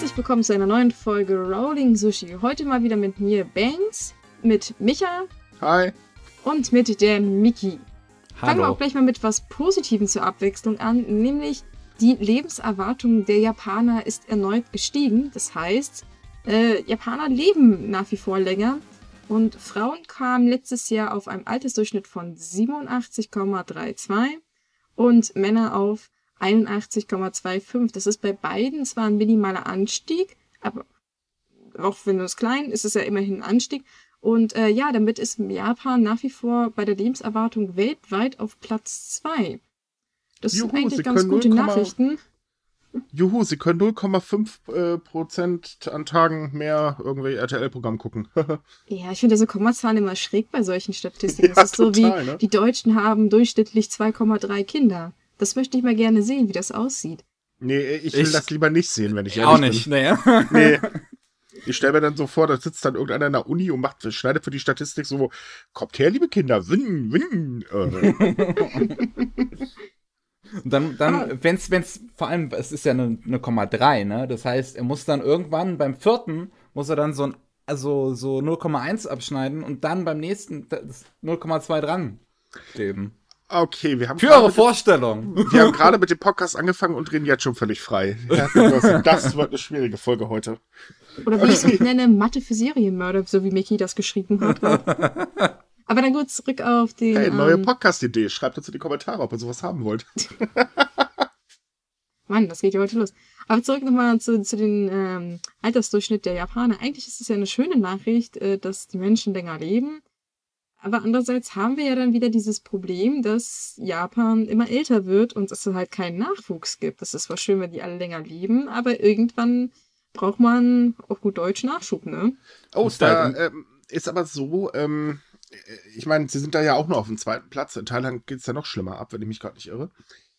herzlich willkommen zu einer neuen Folge Rolling Sushi. Heute mal wieder mit mir Banks, mit Micha. Hi. Und mit der Miki. Hallo. Fangen wir auch gleich mal mit was Positivem zur Abwechslung an, nämlich die Lebenserwartung der Japaner ist erneut gestiegen. Das heißt, Japaner leben nach wie vor länger und Frauen kamen letztes Jahr auf einem Altersdurchschnitt von 87,32 und Männer auf 81,25. Das ist bei beiden zwar ein minimaler Anstieg, aber auch wenn es klein ist, ist es ja immerhin ein Anstieg. Und damit ist Japan nach wie vor bei der Lebenserwartung weltweit auf Platz 2. Das sind eigentlich ganz gute Nachrichten. Juhu, sie können 0,5% an Tagen mehr irgendwie RTL-Programm gucken. Ja, ich finde, so Kommazahlen immer schräg bei solchen Statistiken. Das ist so total, wie, ne? Die Deutschen haben durchschnittlich 2,3 Kinder. Das möchte ich mal gerne sehen, wie das aussieht. Nee, ich will das lieber nicht sehen, wenn ich auch ehrlich nicht, bin. Nee. Nee. Ich stelle mir dann so vor, da sitzt dann irgendeiner in der Uni und schneidet für die Statistik so, kommt her, liebe Kinder, win. Und dann wenn's vor allem, es ist ja eine 0,3, ne? Das heißt, er muss dann irgendwann beim vierten, muss er dann so 0,1 abschneiden und dann beim nächsten das 0,2 dran geben. Okay, wir haben Für eure Vorstellung. Wir haben gerade mit dem Podcast angefangen und reden jetzt schon völlig frei. Das wird eine schwierige Folge heute. Oder wie ich es nenne, Mathe für Serienmörder, so wie Miki das geschrieben hat. Aber dann gut, zurück auf den... Hey, neue Podcast-Idee. Schreibt uns in die Kommentare, ob ihr sowas haben wollt. Mann, das geht ja heute los. Aber zurück nochmal zu den Altersdurchschnitt der Japaner. Eigentlich ist es ja eine schöne Nachricht, dass die Menschen länger leben. Aber andererseits haben wir ja dann wieder dieses Problem, dass Japan immer älter wird und es halt keinen Nachwuchs gibt. Das ist zwar schön, wenn die alle länger leben, aber irgendwann braucht man auf gut Deutsch Nachschub, ne? Oh, da ist aber so, ich meine, sie sind da ja auch nur auf dem zweiten Platz. In Thailand geht es ja noch schlimmer ab, wenn ich mich gerade nicht irre.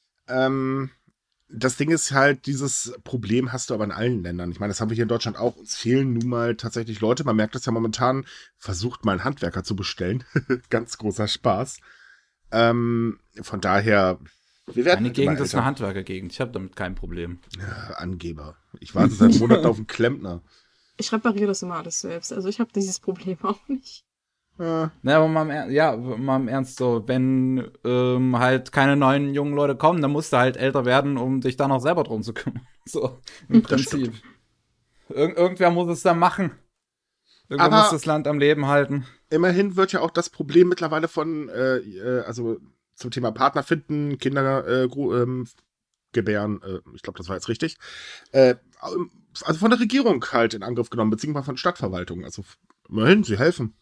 Das Ding ist halt, dieses Problem hast du aber in allen Ländern. Ich meine, das haben wir hier in Deutschland auch. Uns fehlen nun mal tatsächlich Leute. Man merkt das ja momentan. Versucht mal einen Handwerker zu bestellen. Ganz großer Spaß. Von daher, wir werden. Meine Gegend ist eine Handwerkergegend. Ich habe damit kein Problem. Ja, Angeber. Ich warte seit Monaten auf einen Klempner. Ich repariere das immer alles selbst. Also ich habe dieses Problem auch nicht. Ja, aber mal im Ernst so, wenn halt keine neuen jungen Leute kommen, dann musst du halt älter werden, um dich da noch selber drum zu kümmern. So, im Prinzip. Irgendwer muss es dann machen. Irgendwer muss das Land am Leben halten. Immerhin wird ja auch das Problem mittlerweile von, also zum Thema Partner finden, Kinder gebären, ich glaube, das war jetzt richtig, also von der Regierung halt in Angriff genommen, beziehungsweise von Stadtverwaltung. Also immerhin, sie helfen.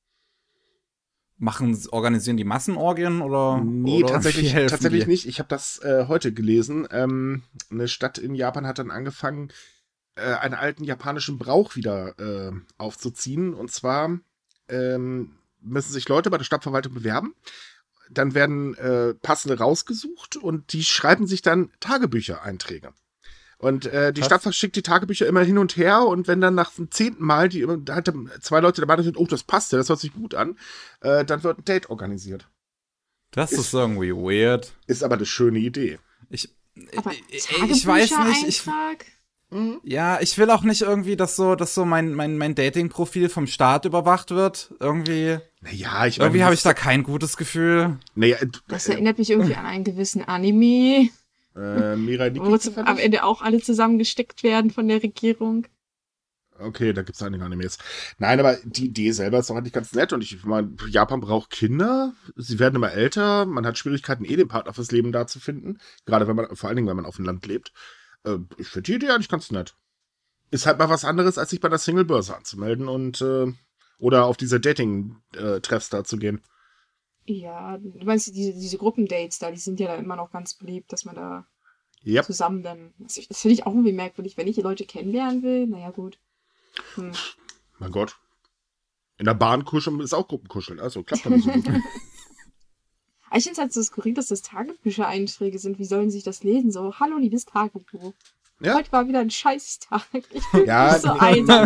Organisieren die Massenorgien oder? Nee, oder tatsächlich nicht. Ich habe das heute gelesen. Eine Stadt in Japan hat dann angefangen, einen alten japanischen Brauch wieder aufzuziehen. Und zwar müssen sich Leute bei der Stadtverwaltung bewerben. Dann werden passende rausgesucht und die schreiben sich dann Tagebüchereinträge. Und die Stadt verschickt die Tagebücher immer hin und her und wenn dann nach dem 10. Mal halt zwei Leute der Meinung sind, oh, das passt ja, das hört sich gut an, dann wird ein Date organisiert. Das ist irgendwie weird. Ist aber eine schöne Idee. Ich weiß nicht. Ich will auch nicht irgendwie, dass so mein Dating-Profil vom Staat überwacht wird. Irgendwie. Naja, irgendwie habe ich da kein gutes Gefühl. Naja, das erinnert mich irgendwie an einen gewissen Anime. Mirai Nikki, wo am Ende auch alle zusammengesteckt werden von der Regierung. Okay, da gibt es einige Animes. Nein, aber die Idee selber ist doch eigentlich ganz nett. Und ich meine, Japan braucht Kinder. Sie werden immer älter. Man hat Schwierigkeiten, den Partner fürs Leben da zu finden. Gerade vor allen Dingen, wenn man auf dem Land lebt. Ich finde die Idee eigentlich ganz nett. Ist halt mal was anderes, als sich bei der Single-Börse anzumelden und oder auf diese Dating-Treffs da zu gehen. Ja, du meinst, diese Gruppendates da, die sind ja da immer noch ganz beliebt, dass man da zusammen dann... Das finde ich auch irgendwie merkwürdig, wenn ich die Leute kennenlernen will. Naja, gut. Mein Gott. In der Bahn kuscheln ist auch Gruppenkuscheln, also klappt doch nicht so gut. Ich finde es halt so skurril, dass das Tagebücher-Einträge sind. Wie sollen sie sich das lesen? So, hallo, liebes Tagebuch. Ja. Heute war wieder ein Scheißtag. Ich bin nicht so einsam.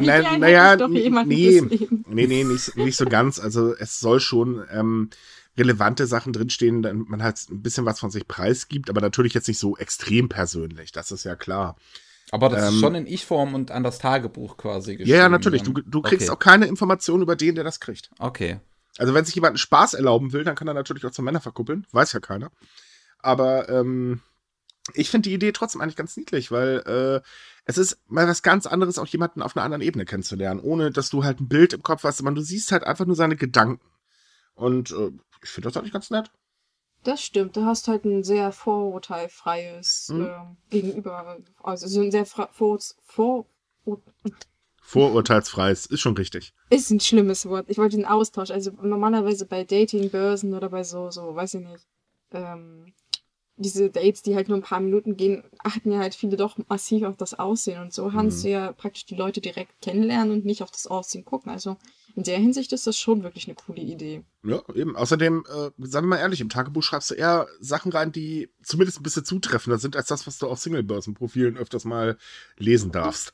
Nee, nicht so ganz. Also es soll schon relevante Sachen drinstehen, dann man halt ein bisschen was von sich preisgibt, aber natürlich jetzt nicht so extrem persönlich, das ist ja klar. Aber das ist schon in Ich-Form und an das Tagebuch quasi geschrieben. Ja, natürlich. Du kriegst auch keine Informationen über den, der das kriegt. Okay. Also wenn sich jemand einen Spaß erlauben will, dann kann er natürlich auch zum Männer verkuppeln. Weiß ja keiner. Aber ich finde die Idee trotzdem eigentlich ganz niedlich, weil es ist mal was ganz anderes, auch jemanden auf einer anderen Ebene kennenzulernen, ohne dass du halt ein Bild im Kopf hast, sondern du siehst halt einfach nur seine Gedanken. Und ich finde das eigentlich ganz nett. Das stimmt, du hast halt ein sehr vorurteilfreies Gegenüber, also so ein sehr Vorurteilsfreies, ist schon richtig. ist ein schlimmes Wort. Ich wollte den Austausch, also normalerweise bei Datingbörsen oder bei so, weiß ich nicht, diese Dates, die halt nur ein paar Minuten gehen, achten ja halt viele doch massiv auf das Aussehen und so kannst du ja praktisch die Leute direkt kennenlernen und nicht auf das Aussehen gucken. Also in der Hinsicht ist das schon wirklich eine coole Idee. Ja, eben. Außerdem, sagen wir mal ehrlich, im Tagebuch schreibst du eher Sachen rein, die zumindest ein bisschen zutreffender sind, als das, was du auf Singlebörsenprofilen öfters mal lesen darfst.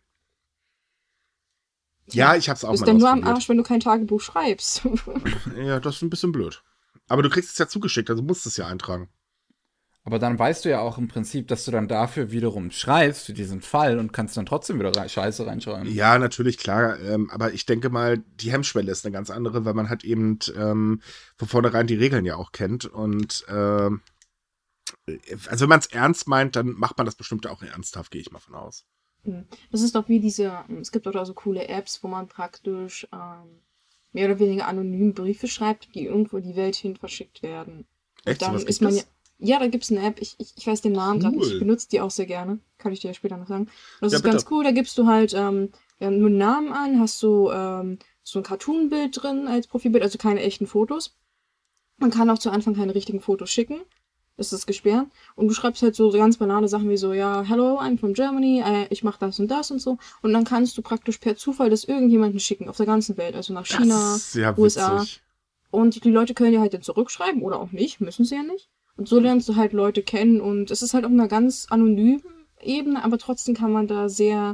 Ja, ich hab's auch Bist mal dann nur ausprobiert. am Arsch, wenn du kein Tagebuch schreibst. Ja, das ist ein bisschen blöd. Aber du kriegst es ja zugeschickt, also musst es ja eintragen. Aber dann weißt du ja auch im Prinzip, dass du dann dafür wiederum schreibst für diesen Fall und kannst dann trotzdem wieder Scheiße reinschreiben. Ja, natürlich, klar. Aber ich denke mal, die Hemmschwelle ist eine ganz andere, weil man halt eben von vornherein die Regeln ja auch kennt. Und also wenn man es ernst meint, dann macht man das bestimmt auch ernsthaft, gehe ich mal von aus. Das ist doch wie es gibt auch so coole Apps, wo man praktisch mehr oder weniger anonym Briefe schreibt, die irgendwo in die Welt hin verschickt werden. Echt? Dann Sowas ist gibt man es? Ja, da gibt es eine App, ich weiß den Namen gerade nicht, Cool. ich benutze die auch sehr gerne, kann ich dir ja später noch sagen. Das Ja, ist bitte. ganz cool, da gibst du halt nur einen Namen an, hast so ein Cartoon-Bild drin als Profilbild, also keine echten Fotos. Man kann auch zu Anfang keine richtigen Fotos schicken, das ist gesperrt. Und du schreibst halt so ganz banale Sachen wie so, ja, hello, I'm from Germany, ich mach das und das und so. Und dann kannst du praktisch per Zufall das irgendjemanden schicken, auf der ganzen Welt, also nach China, Das ist ja USA. witzig. Und die Leute können dir halt dann zurückschreiben oder auch nicht, müssen sie ja nicht. Und so lernst du halt Leute kennen und es ist halt auf einer ganz anonymen Ebene, aber trotzdem kann man da sehr,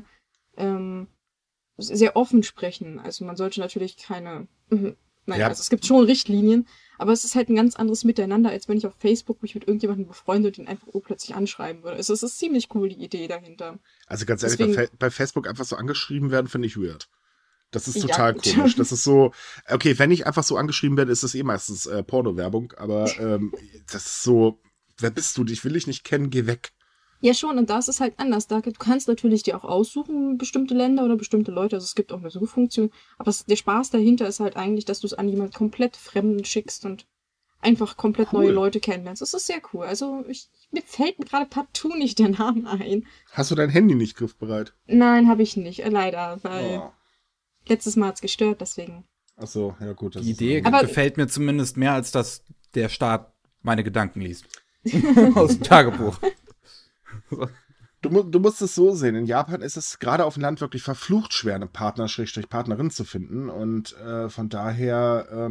sehr offen sprechen. Also man sollte natürlich Ja. also es gibt schon Richtlinien, aber es ist halt ein ganz anderes Miteinander, als wenn ich auf Facebook mich mit irgendjemandem befreunde und ihn einfach urplötzlich anschreiben würde. Also es ist ziemlich cool, die Idee dahinter. Also ganz ehrlich, Deswegen- bei Facebook einfach so angeschrieben werden, finde ich weird. Das ist Ja, total gut. komisch. Das ist so, okay, wenn ich einfach so angeschrieben werde, ist das meistens Porno-Werbung, aber das ist so, wer bist du? Dich will ich nicht kennen, geh weg. Ja, schon, und da ist es halt anders. Du kannst natürlich dir auch aussuchen, bestimmte Länder oder bestimmte Leute. Also es gibt auch eine Suchfunktion. Aber der Spaß dahinter ist halt eigentlich, dass du es an jemand komplett Fremden schickst und einfach komplett Cool. neue Leute kennenlernst. Das ist sehr cool. Also mir fällt gerade partout nicht der Name ein. Hast du dein Handy nicht griffbereit? Nein, habe ich nicht. Leider, weil Oh. letztes Mal hat es gestört, deswegen. Ach so, ja gut. Das Die Idee Aber- gefällt mir zumindest mehr, als dass der Staat meine Gedanken liest. Aus dem Tagebuch. Du musst es so sehen. In Japan ist es gerade auf dem Land wirklich verflucht schwer, eine Partnerin zu finden. Und von daher,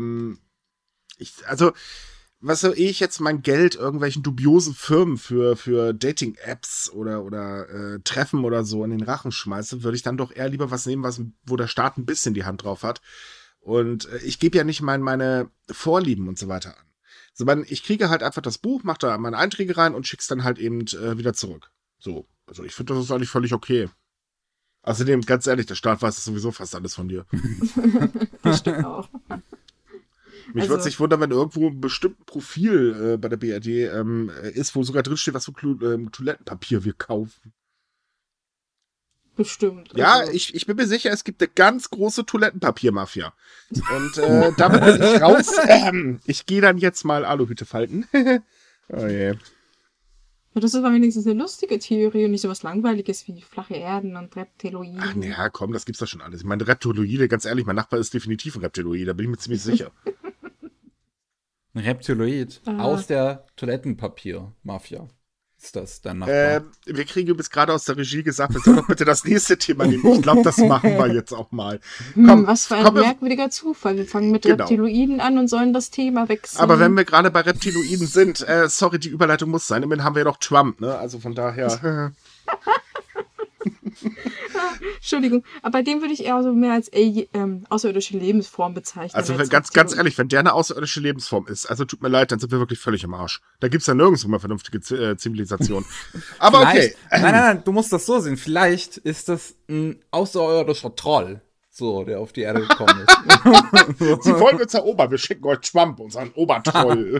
was soll ich jetzt mein Geld irgendwelchen dubiosen Firmen für Dating-Apps oder Treffen oder so in den Rachen schmeiße, würde ich dann doch eher lieber was nehmen, wo der Staat ein bisschen die Hand drauf hat. Und ich gebe ja nicht meine Vorlieben und so weiter an. Ich kriege halt einfach das Buch, mache da meine Einträge rein und schick's dann halt eben wieder zurück. So, also ich finde, das ist eigentlich völlig okay. Außerdem, ganz ehrlich, der Staat weiß sowieso fast alles von dir. Das stimmt auch. Mich Also- würde es nicht wundern, wenn irgendwo ein bestimmtes Profil bei der BRD ist, wo sogar drinsteht, was für Toilettenpapier wir kaufen. Bestimmt. Ja, Also, ich bin mir sicher, es gibt eine ganz große Toilettenpapiermafia. Und damit bin ich raus. Ich gehe dann jetzt mal Aluhüte falten. Oh je. ja, das ist aber wenigstens eine lustige Theorie und nicht so was Langweiliges wie flache Erden und Reptiloiden. Ach naja, komm, das gibt's doch schon alles. Ich meine, Reptiloide, ganz ehrlich, mein Nachbar ist definitiv ein Reptiloid, da bin ich mir ziemlich sicher. Ein Reptiloid Ah. aus der Toilettenpapier-Mafia. Ist das dein Nachbar? Wir kriegen übrigens gerade aus der Regie gesagt, wir sollen doch bitte das nächste Thema nehmen. Ich glaube, das machen wir jetzt auch mal. Komm, Was für ein komm, merkwürdiger Zufall. Wir fangen mit Genau. Reptiloiden an und sollen das Thema wechseln. Aber wenn wir gerade bei Reptiloiden sind, sorry, die Überleitung muss sein. Immerhin haben wir ja noch Trump, ne? Also von daher. Entschuldigung, aber den würde ich eher so mehr als außerirdische Lebensform bezeichnen. Also ganz ehrlich, wenn der eine außerirdische Lebensform ist, also tut mir leid, dann sind wir wirklich völlig im Arsch. Da gibt's ja nirgendwo mal vernünftige Zivilisation. Aber okay. Nein, du musst das so sehen. Vielleicht ist das ein außerirdischer Troll, so, der auf die Erde gekommen ist. Sie wollen uns erobern, wir schicken euch Trump, unseren Obertroll.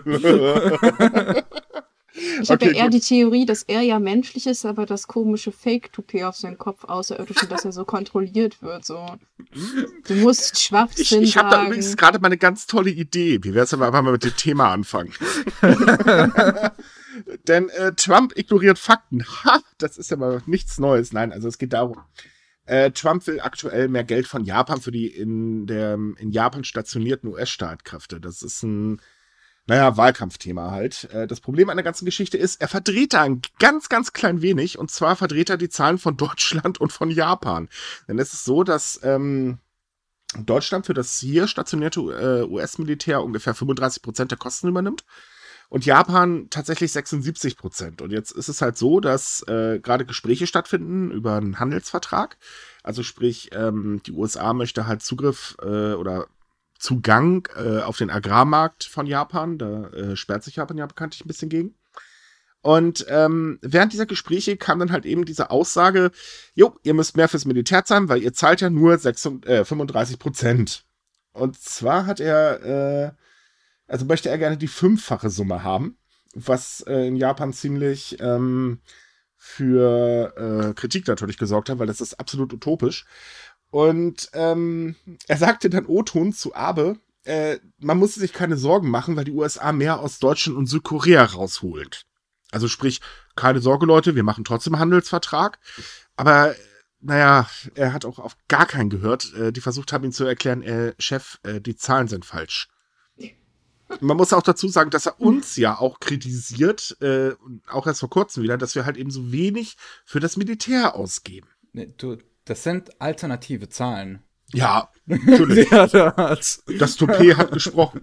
Ich habe ja eher die Theorie, dass er ja menschlich ist, aber das komische Fake-Toupet auf seinen Kopf außerirdisch und dass er so kontrolliert wird. So. Du musst Schwachsinn Ich habe da sagen. übrigens gerade mal eine ganz tolle Idee. Wie wär's, wenn wir einfach mal mit dem Thema anfangen? Denn Trump ignoriert Fakten. Ha, das ist ja mal nichts Neues. Nein, also es geht darum. Trump will aktuell mehr Geld von Japan für die in Japan stationierten US-Streitkräfte. Das ist ein Wahlkampfthema halt. Das Problem an der ganzen Geschichte ist, er verdreht da ein ganz, ganz klein wenig. Und zwar verdreht er die Zahlen von Deutschland und von Japan. Denn es ist so, dass Deutschland für das hier stationierte US-Militär ungefähr 35% der Kosten übernimmt. Und Japan tatsächlich 76%. Und jetzt ist es halt so, dass gerade Gespräche stattfinden über einen Handelsvertrag. Also sprich, die USA möchte halt Zugriff oder Zugang auf den Agrarmarkt von Japan. Da sperrt sich Japan ja bekanntlich ein bisschen gegen. Und während dieser Gespräche kam dann halt eben diese Aussage, jo, ihr müsst mehr fürs Militär zahlen, weil ihr zahlt ja nur 35%. Und zwar hat er, möchte er gerne die 5-fache Summe haben, was in Japan ziemlich für Kritik natürlich gesorgt hat, weil das ist absolut utopisch. Und er sagte dann O-Ton zu Abe, man musste sich keine Sorgen machen, weil die USA mehr aus Deutschland und Südkorea rausholt. Also sprich, keine Sorge, Leute, wir machen trotzdem einen Handelsvertrag. Aber naja, er hat auch auf gar keinen gehört, die versucht haben, ihm zu erklären, Chef, die Zahlen sind falsch. Man muss auch dazu sagen, dass er uns ja auch kritisiert, auch erst vor kurzem wieder, dass wir halt eben so wenig für das Militär ausgeben. Nee, das sind alternative Zahlen. Ja, natürlich. Das Toupet hat gesprochen.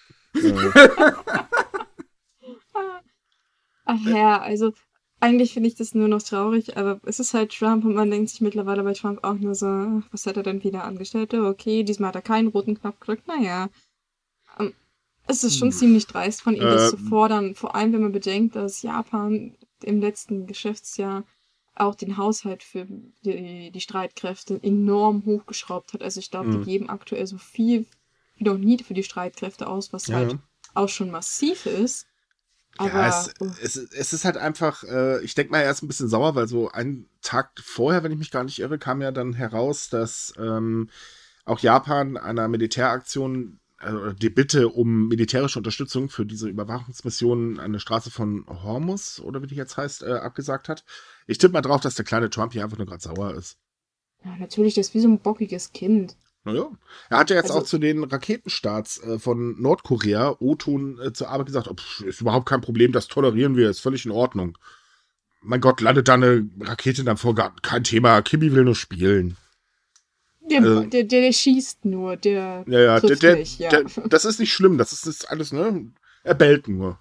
Ach ja, also eigentlich finde ich das nur noch traurig, aber es ist halt Trump und man denkt sich mittlerweile bei Trump auch nur so, ach, was hat er denn wieder angestellt? Okay, diesmal hat er keinen roten Knopf gedrückt, naja. Es ist schon ziemlich dreist von ihm, das zu fordern, vor allem wenn man bedenkt, dass Japan im letzten Geschäftsjahr auch den Haushalt für die Streitkräfte enorm hochgeschraubt hat. Also ich glaube, die geben aktuell so viel wie noch nie für die Streitkräfte aus, was halt auch schon massiv ist. Aber ja, es ist halt einfach, ich denke mal, er ist ein bisschen sauer, weil so einen Tag vorher, wenn ich mich gar nicht irre, kam ja dann heraus, dass auch Japan einer Militäraktion, also die Bitte um militärische Unterstützung für diese Überwachungsmission an der Straße von Hormuz, oder wie die jetzt heißt, abgesagt hat. Ich tippe mal drauf, dass der kleine Trump hier einfach nur gerade sauer ist. ja, natürlich, das ist wie so ein bockiges Kind. Naja. Er hat ja jetzt Also- auch zu den Raketenstarts von Nordkorea O-Ton zur Arbeit gesagt, ist überhaupt kein Problem, das tolerieren wir, ist völlig in Ordnung. Mein Gott, landet da eine Rakete in deinem Vorgarten, kein Thema, Kimi will nur spielen. Der schießt nur, der Ja, trifft nicht, ja. das ist nicht schlimm, das ist alles, ne? Er bellt nur.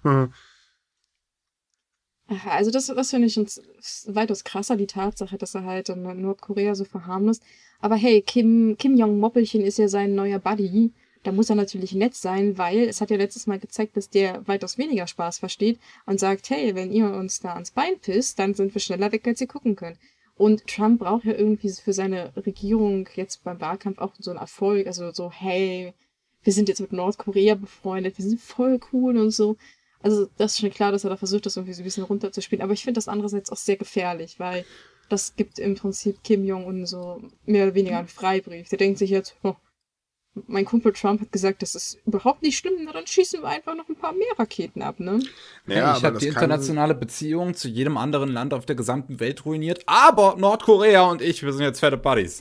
Also das finde ich schon weitaus krasser, die Tatsache, dass er halt in Nordkorea so verharmlost. Aber hey, Kim Jong-Moppelchen ist ja sein neuer Buddy. Da muss er natürlich nett sein, weil es hat ja letztes Mal gezeigt, dass der weitaus weniger Spaß versteht und sagt, hey, wenn ihr uns da ans Bein pisst, dann sind wir schneller weg, als ihr gucken könnt. Und Trump braucht ja irgendwie für seine Regierung jetzt beim Wahlkampf auch so einen Erfolg. Also so, hey, wir sind jetzt mit Nordkorea befreundet, wir sind voll cool und so. Also das ist schon klar, dass er da versucht, das irgendwie so ein bisschen runterzuspielen. Aber ich finde das andererseits auch sehr gefährlich, weil das gibt im Prinzip Kim Jong-un so mehr oder weniger einen Freibrief. Der denkt sich jetzt, mein Kumpel Trump hat gesagt, das ist überhaupt nicht schlimm, na dann schießen wir einfach noch ein paar mehr Raketen ab, ne? Ja, ich habe die internationale Beziehung zu jedem anderen Land auf der gesamten Welt ruiniert, aber Nordkorea und ich, wir sind jetzt fette Buddies.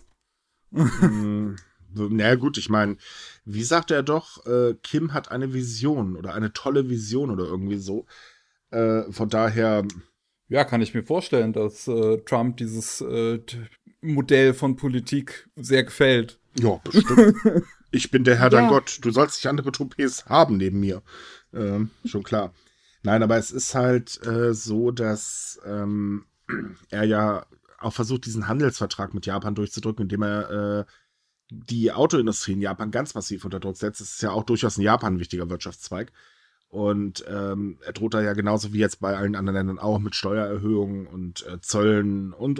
Na gut, ich meine, wie sagte er doch, Kim hat eine Vision oder eine tolle Vision oder irgendwie so. Von daher. Ja, kann ich mir vorstellen, dass Trump dieses Modell von Politik sehr gefällt. Ja, bestimmt. Ich bin der Herr dein Gott. Du sollst nicht andere Toupets haben neben mir. Schon klar. Nein, aber es ist halt so, dass er ja auch versucht, diesen Handelsvertrag mit Japan durchzudrücken, indem er die Autoindustrie in Japan ganz massiv unter Druck setzt. Das ist ja auch durchaus in Japan ein wichtiger Wirtschaftszweig. Und er droht da ja genauso wie jetzt bei allen anderen Ländern auch mit Steuererhöhungen und Zöllen und.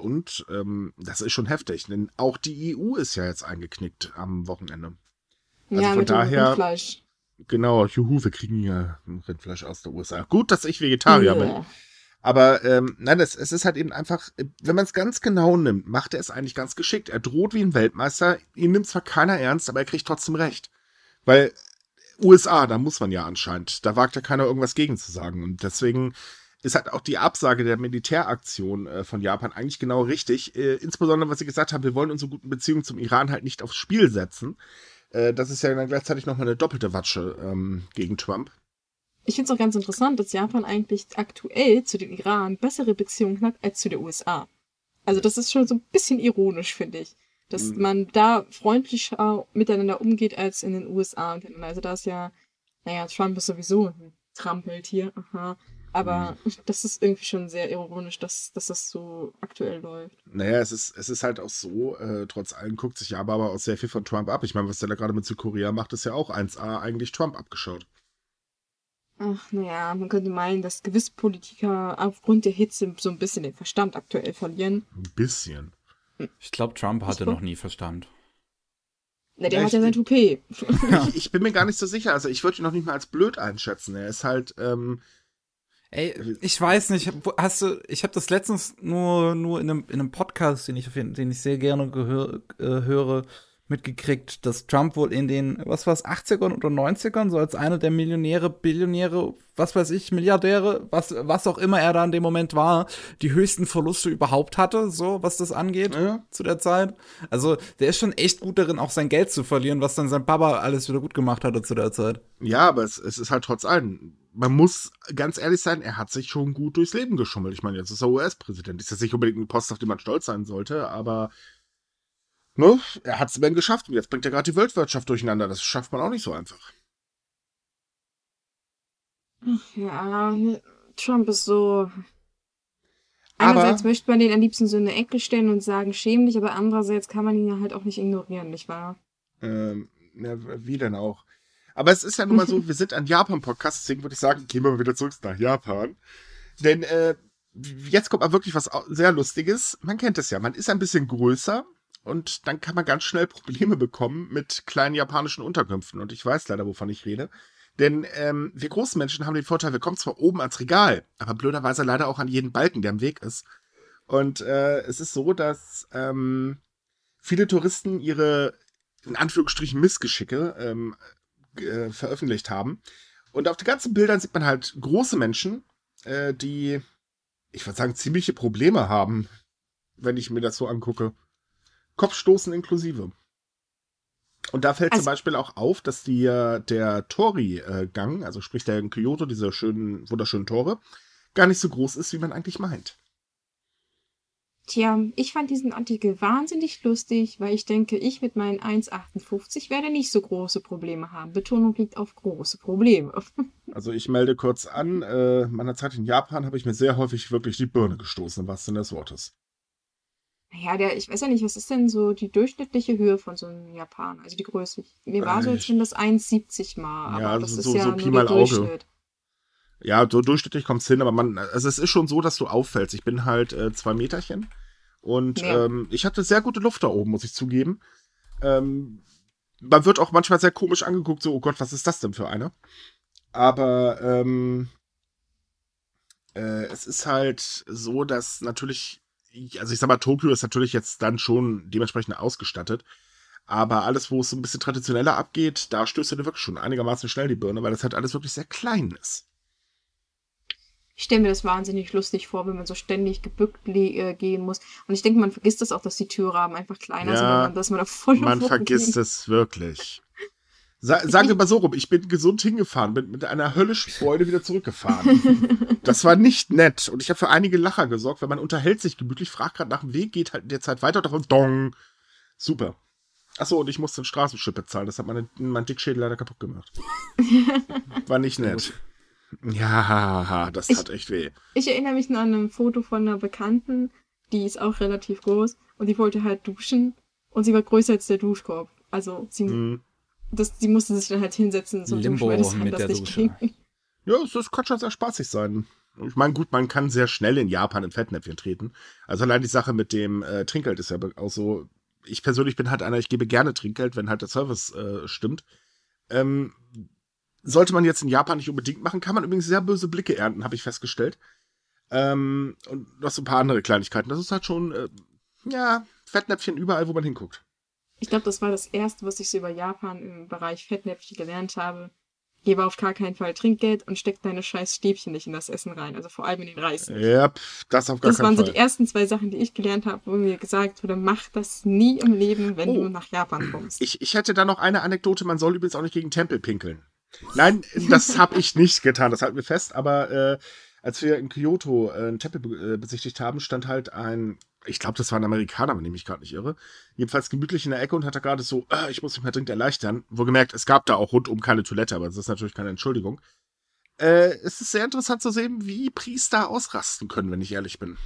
Das ist schon heftig, denn auch die EU ist ja jetzt eingeknickt am Wochenende. Also ja, von mit dem daher, Rindfleisch. genau, juhu, wir kriegen ja Rindfleisch aus der USA. Gut, dass ich Vegetarier bin. Aber nein, es ist halt eben einfach, wenn man es ganz genau nimmt, macht er es eigentlich ganz geschickt. Er droht wie ein Weltmeister, ihn nimmt zwar keiner ernst, aber er kriegt trotzdem recht. Weil USA, da muss man ja anscheinend, da wagt ja keiner irgendwas gegen zu sagen. Und deswegen ist halt auch die Absage der Militäraktion von Japan eigentlich genau richtig. Insbesondere, was sie gesagt haben, wir wollen unsere guten Beziehungen zum Iran halt nicht aufs Spiel setzen. Das ist ja dann gleichzeitig nochmal eine doppelte Watsche gegen Trump. Ich finde es auch ganz interessant, dass Japan eigentlich aktuell zu den Iran bessere Beziehungen hat als zu den USA. Also das ist schon so ein bisschen ironisch, finde ich. Dass man da freundlicher miteinander umgeht als in den USA. Also da ist ja, naja, Trump ist sowieso ein Trampeltier, aha. Aber das ist irgendwie schon sehr ironisch, dass das so aktuell läuft. Naja, es ist halt auch so, trotz allem guckt sich Japan aber auch sehr viel von Trump ab. Ich meine, was der da gerade mit Südkorea macht, ist ja auch 1A eigentlich Trump abgeschaut. Ach, naja, man könnte meinen, dass gewisse Politiker aufgrund der Hitze so ein bisschen den Verstand aktuell verlieren. Ein bisschen. Ich glaube, Trump hatte noch nie Verstand. Na, der hat ja sein Toupet. Ich bin mir gar nicht so sicher. Also ich würde ihn noch nicht mal als blöd einschätzen. Er ist halt, Ey, ich weiß nicht, ich habe das letztens nur in einem Podcast, den ich sehr gerne höre, mitgekriegt, dass Trump wohl in den, 80ern oder 90ern, so als einer der Millionäre, Billionäre, was weiß ich, Milliardäre, was auch immer er da in dem Moment war, die höchsten Verluste überhaupt hatte, so, was das angeht, zu der Zeit. Also, der ist schon echt gut darin, auch sein Geld zu verlieren, was dann sein Papa alles wieder gut gemacht hatte zu der Zeit. Ja, aber es ist halt trotz allem, man muss ganz ehrlich sein, er hat sich schon gut durchs Leben geschummelt. Ich meine, jetzt ist er US-Präsident. Ist jetzt nicht unbedingt ein Post, auf den man stolz sein sollte, aber ne, er hat es immerhin geschafft. Und jetzt bringt er gerade die Weltwirtschaft durcheinander. Das schafft man auch nicht so einfach. Ja, Trump ist so. Einerseits möchte man den am liebsten so in eine Ecke stellen und sagen, schäm dich, aber andererseits kann man ihn ja halt auch nicht ignorieren, nicht wahr? Wie denn auch? Aber es ist ja nun mal so, wir sind ein Japan-Podcast, deswegen würde ich sagen, gehen wir mal wieder zurück nach Japan. Denn jetzt kommt mal wirklich was sehr Lustiges. Man kennt es ja, man ist ein bisschen größer und dann kann man ganz schnell Probleme bekommen mit kleinen japanischen Unterkünften. Und ich weiß leider, wovon ich rede. Denn wir großen Menschen haben den Vorteil, wir kommen zwar oben ans Regal, aber blöderweise leider auch an jeden Balken, der im Weg ist. Und es ist so, dass viele Touristen ihre, in Anführungsstrichen, Missgeschicke veröffentlicht haben. Und auf den ganzen Bildern sieht man halt große Menschen, die, ich würde sagen, ziemliche Probleme haben, wenn ich mir das so angucke. Kopfstoßen inklusive. Und da fällt zum Beispiel auch auf, dass der Tori-Gang, also sprich der in Kyoto, diese wunderschönen Tore, gar nicht so groß ist, wie man eigentlich meint. Tja, ich fand diesen Artikel wahnsinnig lustig, weil ich denke, ich mit meinen 1,58 werde nicht so große Probleme haben. Betonung liegt auf große Probleme. Also ich melde kurz an, meiner Zeit in Japan habe ich mir sehr häufig wirklich die Birne gestoßen, im wahrsten Sinne des Wortes. Naja, ich weiß ja nicht, was ist denn so die durchschnittliche Höhe von so einem Japaner? Also die Größe. Mir war so, als wenn das 1,70 mal, aber ja, das ist so ja Pi nur mal der Durchschnitt. Ja, so durchschnittlich kommt es hin, aber also es ist schon so, dass du auffällst. Ich bin halt 2 Meterchen und ich hatte sehr gute Luft da oben, muss ich zugeben. Man wird auch manchmal sehr komisch angeguckt, so, oh Gott, was ist das denn für eine? Aber es ist halt so, dass natürlich, also ich sag mal, Tokio ist natürlich jetzt dann schon dementsprechend ausgestattet. Aber alles, wo es so ein bisschen traditioneller abgeht, da stößt du dir wirklich schon einigermaßen schnell die Birne, weil das halt alles wirklich sehr klein ist. Ich stelle mir das wahnsinnig lustig vor, wenn man so ständig gebückt gehen muss. Und ich denke, man vergisst das auch, dass die Türrahmen einfach kleiner sind, sondern dass man da voll man vergisst es wirklich. Sagen wir mal so rum, ich bin gesund hingefahren, bin mit einer höllischen Freude wieder zurückgefahren. Das war nicht nett. Und ich habe für einige Lacher gesorgt, weil man unterhält sich gemütlich, fragt gerade nach dem Weg, geht halt in der Zeit weiter und davon Dong. Super. Achso, und ich musste einen Straßenschild bezahlen. Das hat mein Dickschädel leider kaputt gemacht. War nicht nett. Ja, das tat echt weh. Ich erinnere mich noch an ein Foto von einer Bekannten, die ist auch relativ groß und die wollte halt duschen und sie war größer als der Duschkorb. Also sie musste sich dann halt hinsetzen zum Limbo Duschen, weil das mit anders der nicht Dusche. ging. Ja, das kann schon sehr spaßig sein. Ich meine, gut, man kann sehr schnell in Japan in Fettnäpfchen treten. Also allein die Sache mit dem Trinkgeld ist ja auch so. Ich persönlich bin halt einer, ich gebe gerne Trinkgeld, wenn halt der Service stimmt. Sollte man jetzt in Japan nicht unbedingt machen, kann man übrigens sehr böse Blicke ernten, habe ich festgestellt. Und noch so ein paar andere Kleinigkeiten. Das ist halt schon, Fettnäpfchen überall, wo man hinguckt. Ich glaube, das war das Erste, was ich so über Japan im Bereich Fettnäpfchen gelernt habe. Gebe auf gar keinen Fall Trinkgeld und steck deine scheiß Stäbchen nicht in das Essen rein. Also vor allem in den Reis. Ja, das auf gar Das keinen waren so Fall. die ersten 2 Sachen, die ich gelernt habe, wo mir gesagt wurde, mach das nie im Leben, wenn du nach Japan kommst. Ich hätte da noch eine Anekdote, man soll übrigens auch nicht gegen Tempel pinkeln. Nein, das habe ich nicht getan, das halten wir fest, aber als wir in Kyoto einen Tempel besichtigt haben, stand halt ich glaube, das war ein Amerikaner, wenn ich mich gerade nicht irre, jedenfalls gemütlich in der Ecke und hat da gerade so, ich muss mich mal dringend erleichtern. Wohlgemerkt, es gab da auch rundum keine Toilette, aber das ist natürlich keine Entschuldigung. Es ist sehr interessant zu sehen, wie Priester ausrasten können, wenn ich ehrlich bin.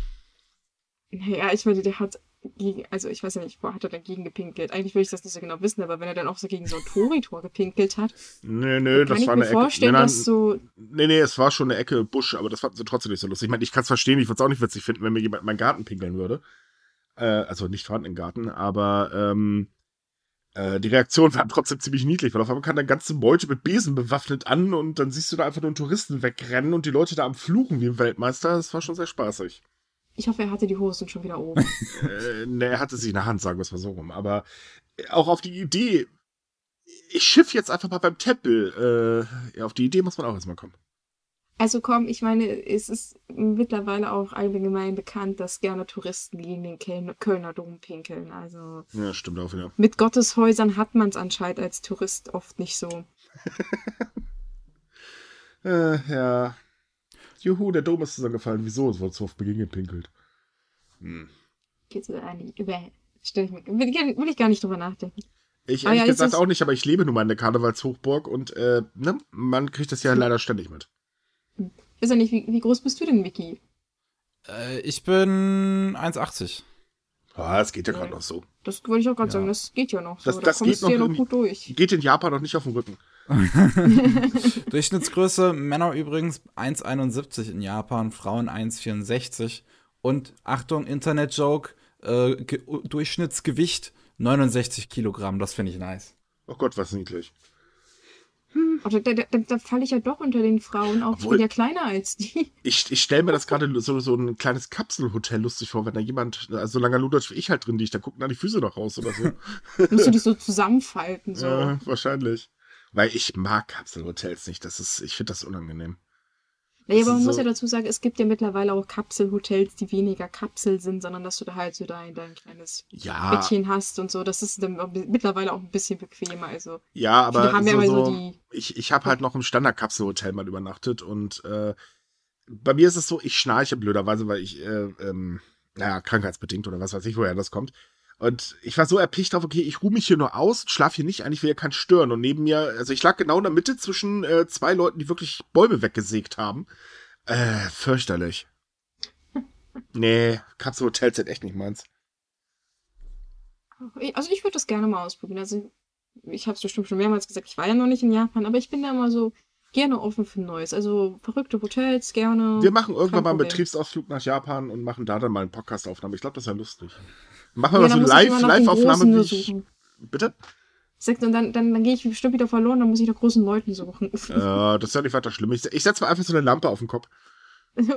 Ja, ich meine, der hat also ich weiß ja nicht, wo hat er dagegen gepinkelt? Eigentlich will ich das nicht so genau wissen, aber wenn er dann auch so gegen so ein Toritor gepinkelt hat, Nee, das war eine Ecke. kann ich mir vorstellen, dass so... Nee, es war schon eine Ecke Busch, aber das fanden sie trotzdem nicht so lustig. Ich meine, ich kann es verstehen, ich würde es auch nicht witzig finden, wenn mir jemand in meinen Garten pinkeln würde. Also nicht vorhandenen Garten, aber die Reaktion war trotzdem ziemlich niedlich, weil auf einmal kam eine ganze Meute mit Besen bewaffnet an und dann siehst du da einfach nur einen Touristen wegrennen und die Leute da am Fluchen wie ein Weltmeister. Das war schon sehr spaßig. Ich hoffe, er hatte die Hosen schon wieder oben. Nee, er hatte sie in der Hand, sagen wir es mal so rum. Aber auch auf die Idee, ich schiff jetzt einfach mal beim Tempel. Auf die Idee muss man auch erstmal kommen. Also komm, ich meine, es ist mittlerweile auch allgemein bekannt, dass gerne Touristen gegen den Kölner Dom pinkeln. Also Ja, stimmt auch wieder. mit Gotteshäusern hat man es anscheinend als Tourist oft nicht so. Ja. Juhu, der Dom ist zusammengefallen. Wieso? Es wurde zu oft Beginn gepinkelt. Geht eigentlich will ich gar nicht drüber nachdenken. Ich Aber ehrlich ja, gesagt auch nicht, aber ich lebe nun mal in der Karnevalshochburg und man kriegt das ja leider ständig mit. Ich weiß ja nicht, wie groß bist du denn, Vicky? Ich bin 1,80. Das geht ja gerade noch so. Das wollte ich auch gerade Ja. sagen, das geht ja noch so. Das Da kommst geht du ja noch noch gut durch. Geht in Japan noch nicht auf den Rücken. Durchschnittsgröße Männer übrigens 1,71 in Japan, Frauen 1,64. Und Achtung, Internet-Joke, Durchschnittsgewicht 69 Kilogramm, das finde ich nice. Oh Gott, was niedlich. Aber da falle ich ja doch unter den Frauen auf. Ich bin ja kleiner als die. Ich stelle mir das gerade so ein kleines Kapselhotel lustig vor, wenn da jemand, also so langer Ludatsch wie ich halt drin liegt, da gucken da die Füße noch raus oder so. Musst du die so zusammenfalten. So. Ja, wahrscheinlich. Weil ich mag Kapselhotels nicht. Ich finde das unangenehm. Ja, aber man so- muss ja dazu sagen, es gibt ja mittlerweile auch Kapselhotels, die weniger Kapsel sind, sondern dass du da halt so dein kleines Ja, Bettchen hast und so. Das ist dann mittlerweile auch ein bisschen bequemer. Also ja, aber viele haben ja immer so die... ich habe halt noch im Standard-Kapselhotel mal übernachtet und bei mir ist es so, ich schnarche blöderweise, weil ich, krankheitsbedingt oder was weiß ich, woher das kommt. Und ich war so erpicht auf, okay, ich ruhe mich hier nur aus, schlafe hier nicht, eigentlich will ja keinen stören. Und neben mir, also ich lag genau in der Mitte zwischen 2 Leuten, die wirklich Bäume weggesägt haben. Fürchterlich. Nee, Kapselhotels sind echt nicht meins. Also ich würde das gerne mal ausprobieren. Also ich habe es bestimmt schon mehrmals gesagt, ich war ja noch nicht in Japan, aber ich bin da immer so gerne offen für Neues. Also verrückte Hotels, gerne. Wir machen irgendwann Kein mal einen Problem. Betriebsausflug nach Japan und machen da dann mal eine Podcast-Aufnahme. Ich glaube, das ist ja lustig. Machen wir Ja, mal so dann muss ich immer nach den Live-Aufnahme. Großen Wie nur ich, suchen. bitte? Sagt, und dann gehe ich bestimmt wieder verloren, dann muss ich nach großen Leuten suchen. Das ist ja nicht weiter schlimm. Ich setze mal einfach so eine Lampe auf den Kopf. nee,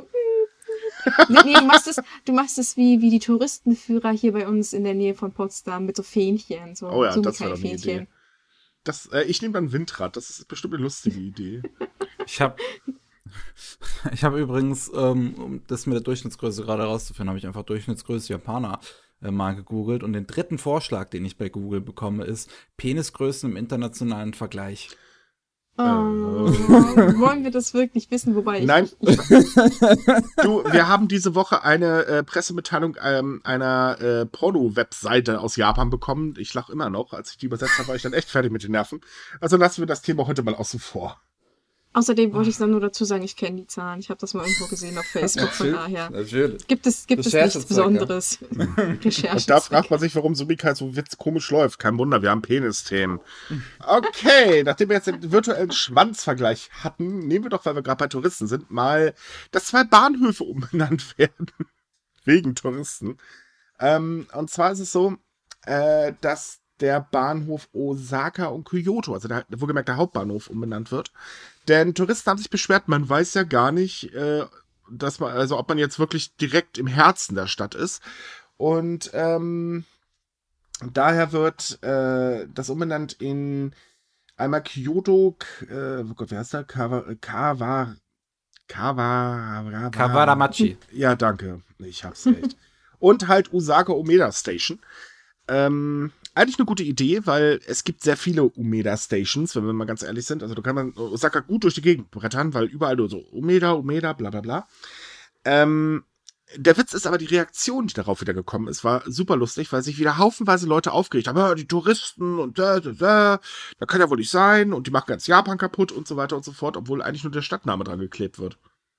du machst es wie die Touristenführer hier bei uns in der Nähe von Potsdam mit so Fähnchen. So, Oh ja, so das wäre doch eine Fähnchen. Idee. Ich nehme dann ein Windrad. Das ist bestimmt eine lustige Idee. Ich habe übrigens, um das mit der Durchschnittsgröße gerade rauszufinden, habe ich einfach Durchschnittsgröße Japaner mal gegoogelt. Und den dritten Vorschlag, den ich bei Google bekomme, ist Penisgrößen im internationalen Vergleich. Oh, wollen wir das wirklich wissen? Wobei Nein. Du, wir haben diese Woche eine Pressemitteilung einer Porno-Webseite aus Japan bekommen. Ich lache immer noch. Als ich die übersetzt habe, war ich dann echt fertig mit den Nerven. Also lassen wir das Thema heute mal außen vor. Außerdem wollte ich dann nur dazu sagen, ich kenne die Zahlen. Ich habe das mal irgendwo gesehen auf Facebook, von daher. Natürlich. Gibt es nichts Besonderes. Und da fragt man sich, warum Subika so komisch läuft. Kein Wunder, wir haben Penisthemen. Okay, nachdem wir jetzt den virtuellen Schwanzvergleich hatten, nehmen wir doch, weil wir gerade bei Touristen sind, mal, dass 2 Bahnhöfe umbenannt werden. Wegen Touristen. Und zwar ist es so, dass der Bahnhof Osaka und Kyoto, also wohlgemerkt der Hauptbahnhof, umbenannt wird. Denn Touristen haben sich beschwert, man weiß ja gar nicht, ob man jetzt wirklich direkt im Herzen der Stadt ist. Und daher wird das umbenannt in einmal Kyoto, oh Gott, wer heißt da? Kawaramachi. Ja, danke. Ich hab's echt. Und halt Osaka Umeda Station. Eigentlich eine gute Idee, weil es gibt sehr viele Umeda Stations, wenn wir mal ganz ehrlich sind. Also da kann man Osaka gut durch die Gegend brettern, weil überall nur so Umeda, bla bla bla. Der Witz ist aber, die Reaktion, die darauf wieder gekommen ist, war super lustig, weil sich wieder haufenweise Leute aufgeregt haben. Die Touristen und da kann ja wohl nicht sein und die machen ganz Japan kaputt und so weiter und so fort, obwohl eigentlich nur der Stadtname dran geklebt wird.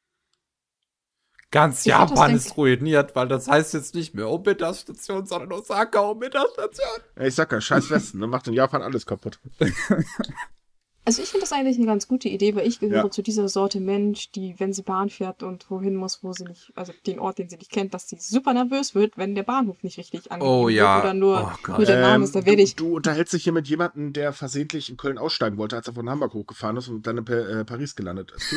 Ganz Japan ist ruiniert, weil das heißt jetzt nicht mehr Umeda-Station, sondern Osaka Umeda-Station. Ich sag ja, scheiß Westen, ne? Macht in Japan alles kaputt. Also ich finde das eigentlich eine ganz gute Idee, weil ich gehöre zu dieser Sorte Mensch, die, wenn sie Bahn fährt und wohin muss, wo sie nicht, also den Ort, den sie nicht kennt, dass sie super nervös wird, wenn der Bahnhof nicht richtig angegeben wird oder nur der Name ist, da werde ich... Du unterhältst dich hier mit jemandem, der versehentlich in Köln aussteigen wollte, als er von Hamburg hochgefahren ist und dann in Paris gelandet ist.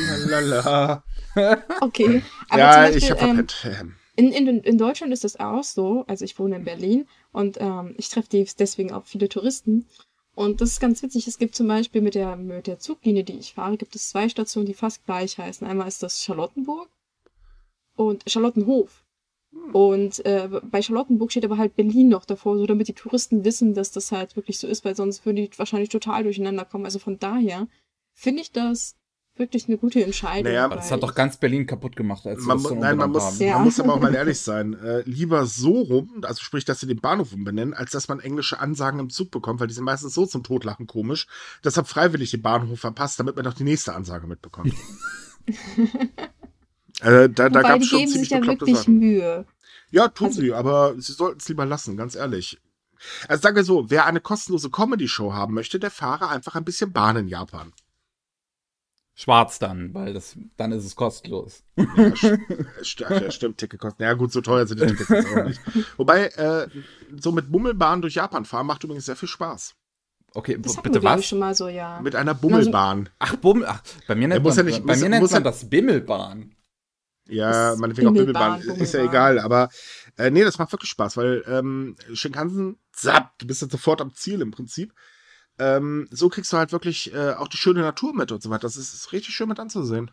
Okay. Aber ja, zum Beispiel, ich hab verpennt. In Deutschland ist das auch so, also ich wohne in Berlin und ich treffe deswegen auch viele Touristen. Und das ist ganz witzig. Es gibt zum Beispiel mit der Zuglinie, die ich fahre, gibt es 2 Stationen, die fast gleich heißen. Einmal ist das Charlottenburg und Charlottenhof. Und bei Charlottenburg steht aber halt Berlin noch davor, so damit die Touristen wissen, dass das halt wirklich so ist, weil sonst würden die wahrscheinlich total durcheinander kommen. Also von daher finde ich das wirklich eine gute Entscheidung. Naja, das hat doch ganz Berlin kaputt gemacht, als man muss aber auch mal ehrlich sein. Lieber so rum, also sprich, dass sie den Bahnhof umbenennen, als dass man englische Ansagen im Zug bekommt, weil die sind meistens so zum Totlachen komisch. Deshalb freiwillig den Bahnhof verpasst, damit man doch die nächste Ansage mitbekommt. Da gab es schon ziemlich bekloppte wirklich Sachen. Mühe. Ja, tun sie, aber sie sollten es lieber lassen, ganz ehrlich. Also sagen wir so, wer eine kostenlose Comedy-Show haben möchte, der fahre einfach ein bisschen Bahn in Japan. Schwarz dann, weil dann ist es kostenlos. Ja, stimmt, Ticketkosten. Ja gut, so teuer sind die Tickets jetzt auch nicht. Wobei, so mit Bummelbahn durch Japan fahren macht übrigens sehr viel Spaß. Okay, das bitte was? Ich schon mal so, ja. Mit einer Bummelbahn. Ach, bei mir nennt man das Bimmelbahn. Ja, meinetwegen auch Bimmelbahn, ist ja egal, aber nee, das macht wirklich Spaß, weil Shinkansen, zapp, du bist jetzt sofort am Ziel im Prinzip. So kriegst du halt wirklich auch die schöne Natur mit und so weiter. Das ist richtig schön mit anzusehen.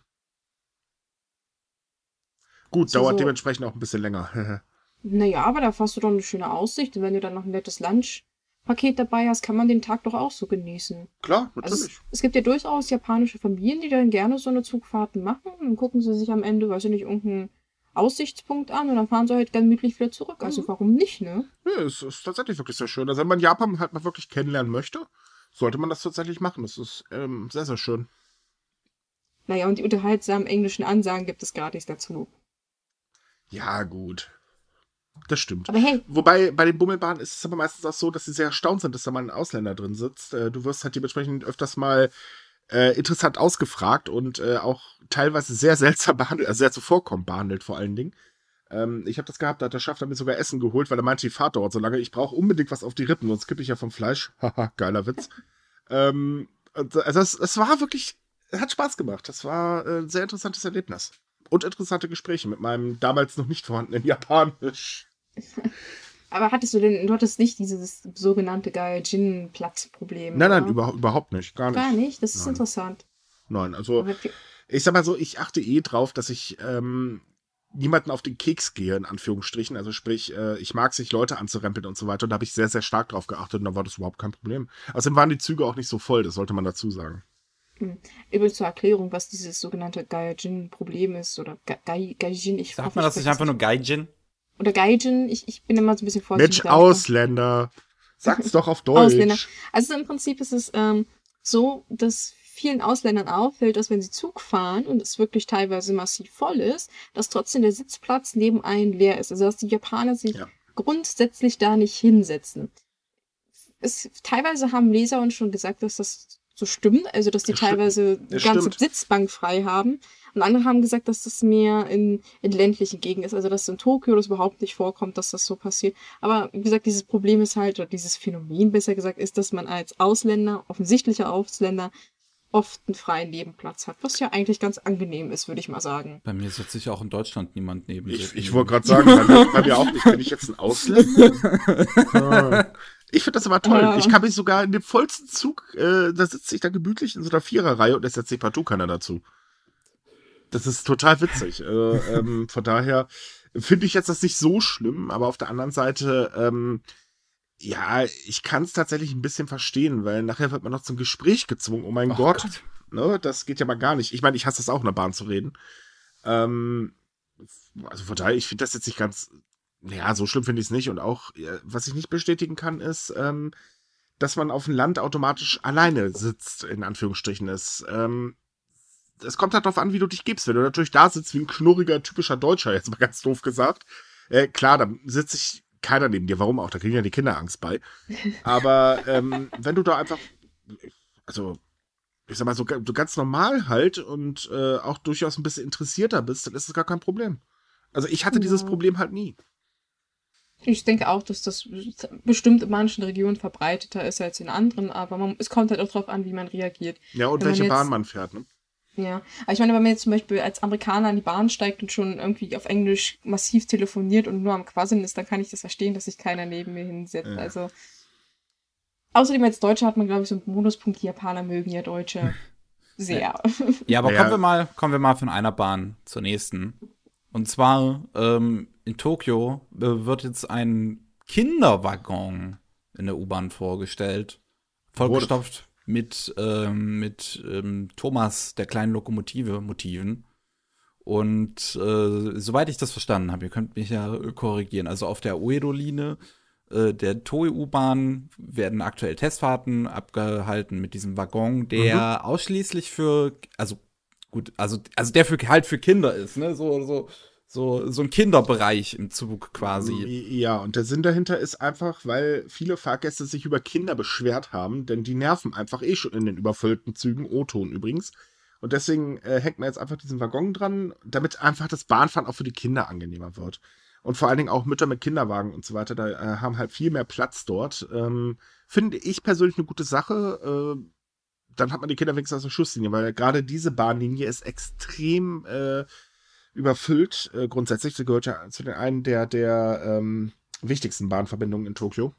Gut, dauert dementsprechend auch ein bisschen länger. Naja, aber da hast du doch eine schöne Aussicht. Und wenn du dann noch ein nettes Lunchpaket dabei hast, kann man den Tag doch auch so genießen. Klar, natürlich. Also es gibt ja durchaus japanische Familien, die dann gerne so eine Zugfahrten machen. Dann gucken sie sich am Ende, weiß ich nicht, irgendeinen Aussichtspunkt an und dann fahren sie halt gemütlich wieder zurück. Also warum nicht, ne? Ja, es ist tatsächlich wirklich sehr schön. Also wenn man Japan halt mal wirklich kennenlernen möchte, sollte man das tatsächlich machen. Das ist sehr, sehr schön. Naja, und die unterhaltsamen englischen Ansagen gibt es gratis dazu. Ja, gut. Das stimmt. Aber hey. Wobei, bei den Bummelbahnen ist es aber meistens auch so, dass sie sehr erstaunt sind, dass da mal ein Ausländer drin sitzt. Du wirst halt dementsprechend öfters mal interessant ausgefragt und auch teilweise sehr seltsam behandelt, also sehr zuvorkommend behandelt vor allen Dingen. Ich habe das gehabt, da hat der Schaffner mir sogar Essen geholt, weil er meinte, die Fahrt dauert so lange. Ich brauche unbedingt was auf die Rippen, sonst kippe ich ja vom Fleisch. Haha, geiler Witz. Also es war wirklich, hat Spaß gemacht. Das war ein sehr interessantes Erlebnis. Und interessante Gespräche mit meinem damals noch nicht vorhandenen Japanisch. Aber du hattest nicht dieses sogenannte Gaijin-Platz-Problem? Nein, überhaupt nicht. Gar nicht. Gar nicht? Das ist interessant. Nein, also ich sag mal so, ich achte drauf, dass ich niemanden auf den Keks gehe, in Anführungsstrichen. Also sprich, ich mag sich Leute anzurempeln und so weiter. Und da habe ich sehr, sehr stark drauf geachtet und da war das überhaupt kein Problem. Außerdem waren die Züge auch nicht so voll, das sollte man dazu sagen. Übrigens zur Erklärung, was dieses sogenannte Gaijin-Problem ist, oder Gaijin, Sagt man das nicht einfach nur Gaijin? Oder Gaijin, ich bin immer so ein bisschen vorsichtig. Mensch, Ausländer. Sag's doch auf Deutsch. Ausländer. Also im Prinzip ist es so, dass vielen Ausländern auffällt, dass wenn sie Zug fahren und es wirklich teilweise massiv voll ist, dass trotzdem der Sitzplatz neben einem leer ist. Also dass die Japaner sich grundsätzlich da nicht hinsetzen. Teilweise haben Leser uns schon gesagt, dass das so stimmt, also dass die teilweise die ganze Sitzbank frei haben. Und andere haben gesagt, dass das mehr in ländlichen Gegenden ist, also dass in Tokio das überhaupt nicht vorkommt, dass das so passiert. Aber wie gesagt, dieses Problem ist halt, oder dieses Phänomen besser gesagt, ist, dass man als Ausländer, offensichtlicher Ausländer, oft einen freien Nebenplatz hat, was ja eigentlich ganz angenehm ist, würde ich mal sagen. Bei mir sitzt sich auch in Deutschland niemand neben sich. Ich wollte gerade sagen, bei mir auch nicht. Bin ich jetzt ein Ausländer? Ich finde das aber toll. Ich kann mich sogar in dem vollsten Zug, da sitze ich da gemütlich in so einer Viererreihe und es setzt sich partout keiner dazu. Das ist total witzig. Von daher finde ich jetzt das nicht so schlimm, aber auf der anderen Seite, ja, ich kann es tatsächlich ein bisschen verstehen, weil nachher wird man noch zum Gespräch gezwungen. Oh mein Gott. Ne, das geht ja mal gar nicht. Ich meine, ich hasse es auch, in der Bahn zu reden. Also von daher, ich finde das jetzt nicht ganz, ja, so schlimm finde ich es nicht. Und auch, was ich nicht bestätigen kann, ist, dass man auf dem Land automatisch alleine sitzt, in Anführungsstrichen. Es kommt halt darauf an, wie du dich gibst. Wenn du natürlich da sitzt wie ein knurriger, typischer Deutscher, jetzt mal ganz doof gesagt, klar, dann sitze ich keiner neben dir. Warum auch? Da kriegen ja die Kinder Angst bei. Aber wenn du da einfach, also ich sag mal, so ganz normal halt und auch durchaus ein bisschen interessierter bist, dann ist es gar kein Problem. Also ich hatte dieses Problem halt nie. Ich denke auch, dass das bestimmt in manchen Regionen verbreiteter ist als in anderen, aber es kommt halt auch drauf an, wie man reagiert. Ja, und welche Bahn man fährt, ne? Ja, aber ich meine, wenn man jetzt zum Beispiel als Amerikaner an die Bahn steigt und schon irgendwie auf Englisch massiv telefoniert und nur am Quasseln ist, dann kann ich das verstehen, dass sich keiner neben mir hinsetzt. Ja. Also außerdem als Deutscher hat man, glaube ich, so einen Bonuspunkt, die Japaner mögen ja Deutsche sehr. Ja, aber kommen wir mal von einer Bahn zur nächsten. Und zwar in Tokio wird jetzt ein Kinderwaggon in der U-Bahn vorgestellt, vollgestopft mit Thomas, der kleinen Lokomotive, Motiven. Und soweit ich das verstanden habe, ihr könnt mich ja korrigieren, also auf der Uedo-Linie der Toei-U-Bahn werden aktuell Testfahrten abgehalten mit diesem Waggon, der ausschließlich der für Kinder ist, ne? So ein Kinderbereich im Zug quasi. Ja, und der Sinn dahinter ist einfach, weil viele Fahrgäste sich über Kinder beschwert haben, denn die nerven einfach schon in den überfüllten Zügen, O-Ton übrigens. Und deswegen hängt man jetzt einfach diesen Waggon dran, damit einfach das Bahnfahren auch für die Kinder angenehmer wird. Und vor allen Dingen auch Mütter mit Kinderwagen und so weiter, da haben halt viel mehr Platz dort. Finde ich persönlich eine gute Sache. Dann hat man die Kinder wenigstens aus der Schusslinie, weil gerade diese Bahnlinie ist extrem überfüllt. Grundsätzlich, sie gehört ja zu den einen der wichtigsten Bahnverbindungen in Tokio.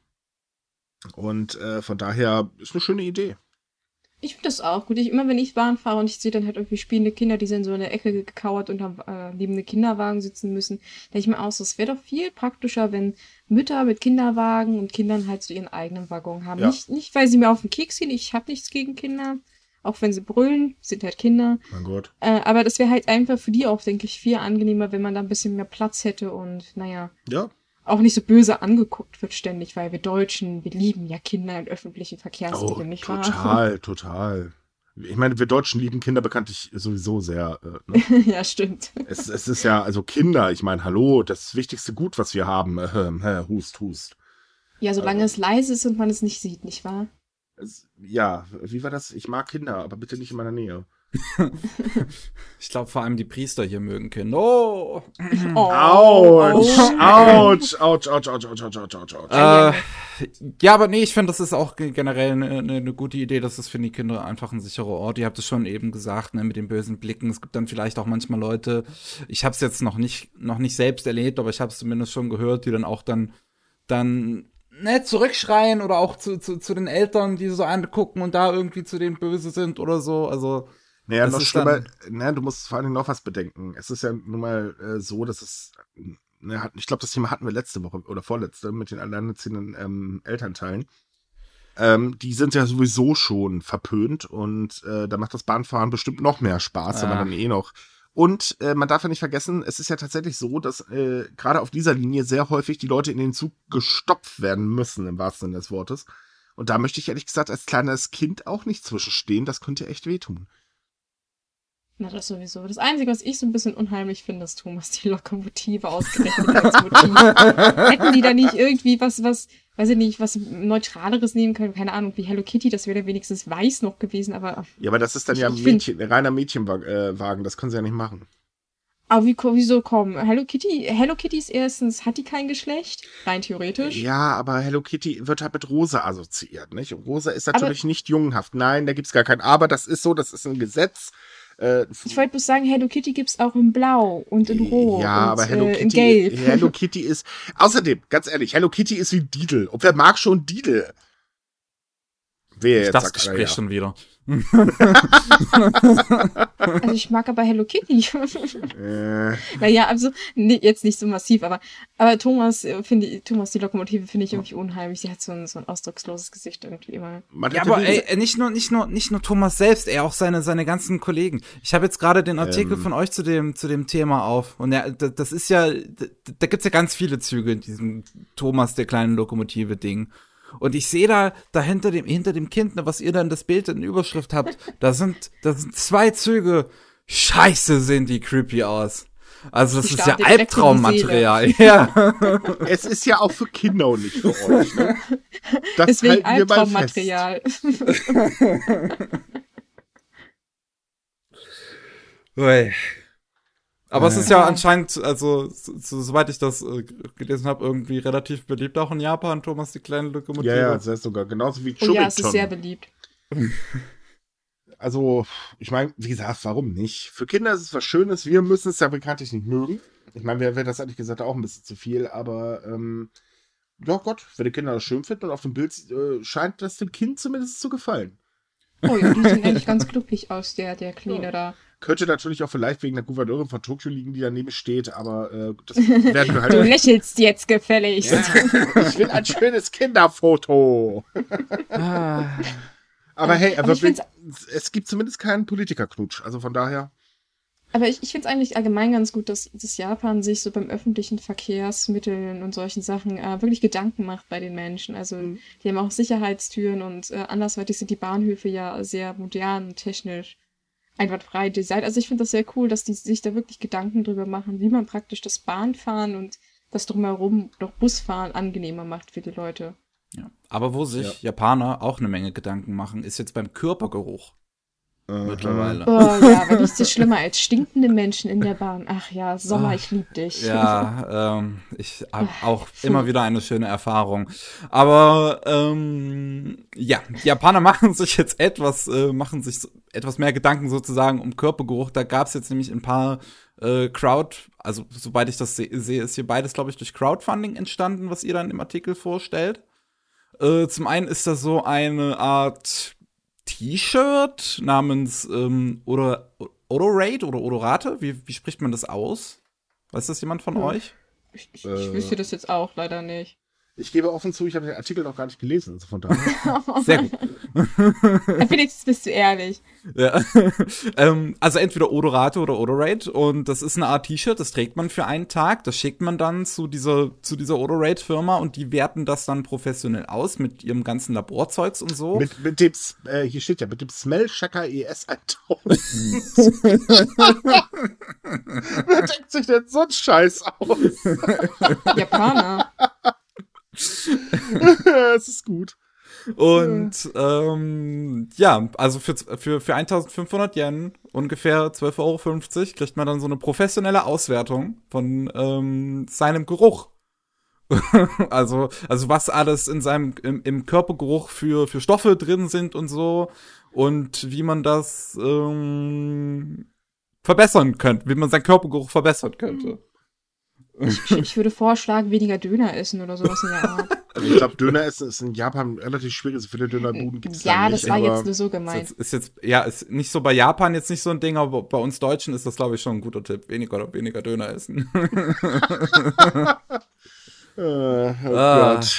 Und von daher ist eine schöne Idee. Ich finde das auch gut. Immer wenn ich Bahn fahre und ich sehe dann halt irgendwie spielende Kinder, die sind so in der Ecke gekauert und neben einem Kinderwagen sitzen müssen, denke ich mir aus, es wäre doch viel praktischer, wenn Mütter mit Kinderwagen und Kindern halt so ihren eigenen Waggon haben. Ja. Nicht, weil sie mir auf den Keks gehen, ich habe nichts gegen Kinder, auch wenn sie brüllen, sind halt Kinder. Mein Gott. Aber das wäre halt einfach für die auch, denke ich, viel angenehmer, wenn man da ein bisschen mehr Platz hätte und auch nicht so böse angeguckt wird ständig, weil wir Deutschen, wir lieben ja Kinder in öffentlichen Verkehrsmitteln, nicht wahr? Total. Ich meine, wir Deutschen lieben Kinder bekanntlich sowieso sehr. Ne? Ja, stimmt. Es ist ja, also Kinder, ich meine, hallo, das wichtigste Gut, was wir haben. Hust. Ja, solange es leise ist und man es nicht sieht, nicht wahr? Ja, wie war das? Ich mag Kinder, aber bitte nicht in meiner Nähe. Ich glaube, vor allem die Priester hier mögen Kinder. Oh. Autsch. Ja, aber nee, ich finde, das ist auch generell eine gute Idee. Das ist für die Kinder einfach ein sicherer Ort. Ihr habt es schon eben gesagt, ne, mit den bösen Blicken. Es gibt dann vielleicht auch manchmal Leute, ich habe es jetzt noch nicht selbst erlebt, aber ich habe es zumindest schon gehört, die dann auch dann zurückschreien oder auch zu den Eltern, die so angucken und da irgendwie zu denen böse sind oder so. Also naja, noch schlimmer, du musst vor allem noch was bedenken. Es ist ja nun mal so, dass es, ich glaube, das Thema hatten wir letzte Woche oder vorletzte mit den alleinerziehenden Elternteilen. Die sind ja sowieso schon verpönt und da macht das Bahnfahren bestimmt noch mehr Spaß, wenn man dann noch. Und man darf ja nicht vergessen, es ist ja tatsächlich so, dass gerade auf dieser Linie sehr häufig die Leute in den Zug gestopft werden müssen, im wahrsten Sinne des Wortes. Und da möchte ich ehrlich gesagt als kleines Kind auch nicht zwischenstehen. Das könnte echt wehtun. Na, das sowieso. Das Einzige, was ich so ein bisschen unheimlich finde, ist Thomas die Lokomotive ausgerechnet als Motiv. Hätten die da nicht irgendwie was, weiß ich nicht, was Neutraleres nehmen können? Keine Ahnung, wie Hello Kitty, das wäre dann wenigstens weiß noch gewesen, aber... Ja, aber das ist dann ja ein reiner Mädchenwagen, das können sie ja nicht machen. Aber wieso kommen? Hello Kitty ist erstens, hat die kein Geschlecht? Rein theoretisch. Ja, aber Hello Kitty wird halt mit Rosa assoziiert, nicht? Und Rosa ist natürlich nicht jungenhaft. Nein, da gibt's gar kein Aber, das ist so, das ist ein Gesetz. Ich wollte bloß sagen, Hello Kitty gibt's auch in Blau und in Rot ja, und aber Hello Kitty, in Gelb. Hello Kitty ist... Außerdem, ganz ehrlich, Hello Kitty ist wie Didel. Und wer mag schon Didel? Das Gespräch schon wieder. Also ich mag aber Hello Kitty. Naja, also jetzt nicht so massiv, aber Thomas die Lokomotive finde ich irgendwie unheimlich. Sie hat so ein ausdrucksloses Gesicht irgendwie immer. Ja, aber nicht nur Thomas selbst, auch seine ganzen Kollegen. Ich habe jetzt gerade den Artikel von euch zu dem Thema auf. Und ja, das ist ja, da gibt's ja ganz viele Züge in diesem Thomas der kleinen Lokomotive Ding. Und ich sehe da hinter dem Kind, was ihr dann das Bild in der Überschrift habt, da sind 2 Züge. Scheiße, sehen die creepy aus. Also das ist ja Albtraummaterial. Ja. Es ist ja auch für Kinder und nicht für euch. Ne? Das deswegen Albtraummaterial. Aber es ist ja anscheinend, also soweit ich das gelesen habe, irgendwie relativ beliebt auch in Japan, Thomas die kleine Lokomotive. Ja, das heißt sogar genauso wie Chubbiton. Ja, es ist sehr beliebt. Also, ich meine, wie gesagt, warum nicht? Für Kinder ist es was Schönes, wir müssen es ja bekanntlich nicht mögen. Ich meine, wäre das ehrlich gesagt auch ein bisschen zu viel, aber ja Gott, wenn die Kinder das schön finden und auf dem Bild scheint das dem Kind zumindest zu gefallen. Oh ja, die sehen eigentlich ganz glücklich aus, der Kleine da. Könnte natürlich auch vielleicht wegen der Gouverneurin von Tokio liegen, die daneben steht, aber das werden wir halt... Du lächelst jetzt gefälligst. Ja, ich will ein schönes Kinderfoto. Aber hey, es gibt zumindest keinen Politikerknutsch, also von daher... Aber ich finde es eigentlich allgemein ganz gut, dass Japan sich so beim öffentlichen Verkehrsmitteln und solchen Sachen wirklich Gedanken macht bei den Menschen. Also die haben auch Sicherheitstüren und andersweitig sind die Bahnhöfe ja sehr modern und technisch einwandfrei designt. Also ich finde das sehr cool, dass die sich da wirklich Gedanken drüber machen, wie man praktisch das Bahnfahren und das drumherum noch Busfahren angenehmer macht für die Leute. Ja. Aber wo sich Japaner auch eine Menge Gedanken machen, ist jetzt beim Körpergeruch. Mittlerweile. Oh ja, aber nichts ist schlimmer als stinkende Menschen in der Bahn. Ach ja, Sommer, ich lieb dich. Ja, ich habe auch immer wieder eine schöne Erfahrung. Aber ja, die Japaner machen sich etwas mehr Gedanken sozusagen um Körpergeruch. Da gab es jetzt nämlich ein paar also soweit ich das sehe, ist hier beides, glaube ich, durch Crowdfunding entstanden, was ihr dann im Artikel vorstellt. Zum einen ist das so eine Art T-Shirt namens Odorate oder Odorate? Wie spricht man das aus? Weiß das jemand von euch? Ich wüsste das jetzt auch leider nicht. Ich gebe offen zu, ich habe den Artikel noch gar nicht gelesen, also von daher. Sehr gut. Wenigstens bist du ehrlich. Ja. Also entweder Odorate oder Odorate und das ist eine Art T-Shirt, das trägt man für einen Tag, das schickt man dann zu dieser Odorate-Firma und die werten das dann professionell aus mit ihrem ganzen Laborzeugs und so. Mit dem, hier steht ja, mit dem Smell Shaka ES 1000. Wer denkt sich denn so einen Scheiß aus? Japaner. Es ist gut. Und ja, also für 1500 Yen, ungefähr 12,50 € kriegt man dann so eine professionelle Auswertung von seinem Geruch. also was alles in seinem im Körpergeruch für Stoffe drin sind und so und wie man das verbessern könnte, wie man seinen Körpergeruch verbessern könnte. Ich würde vorschlagen, weniger Döner essen oder sowas in der Art. Also ich glaube, Döner essen ist in Japan relativ schwierig. So viele Dönerbuden gibt es ja, da nicht. Das war jetzt nur so gemeint. Ist nicht so bei Japan jetzt nicht so ein Ding, aber bei uns Deutschen ist das, glaube ich, schon ein guter Tipp. Weniger Döner essen. Oh Gott.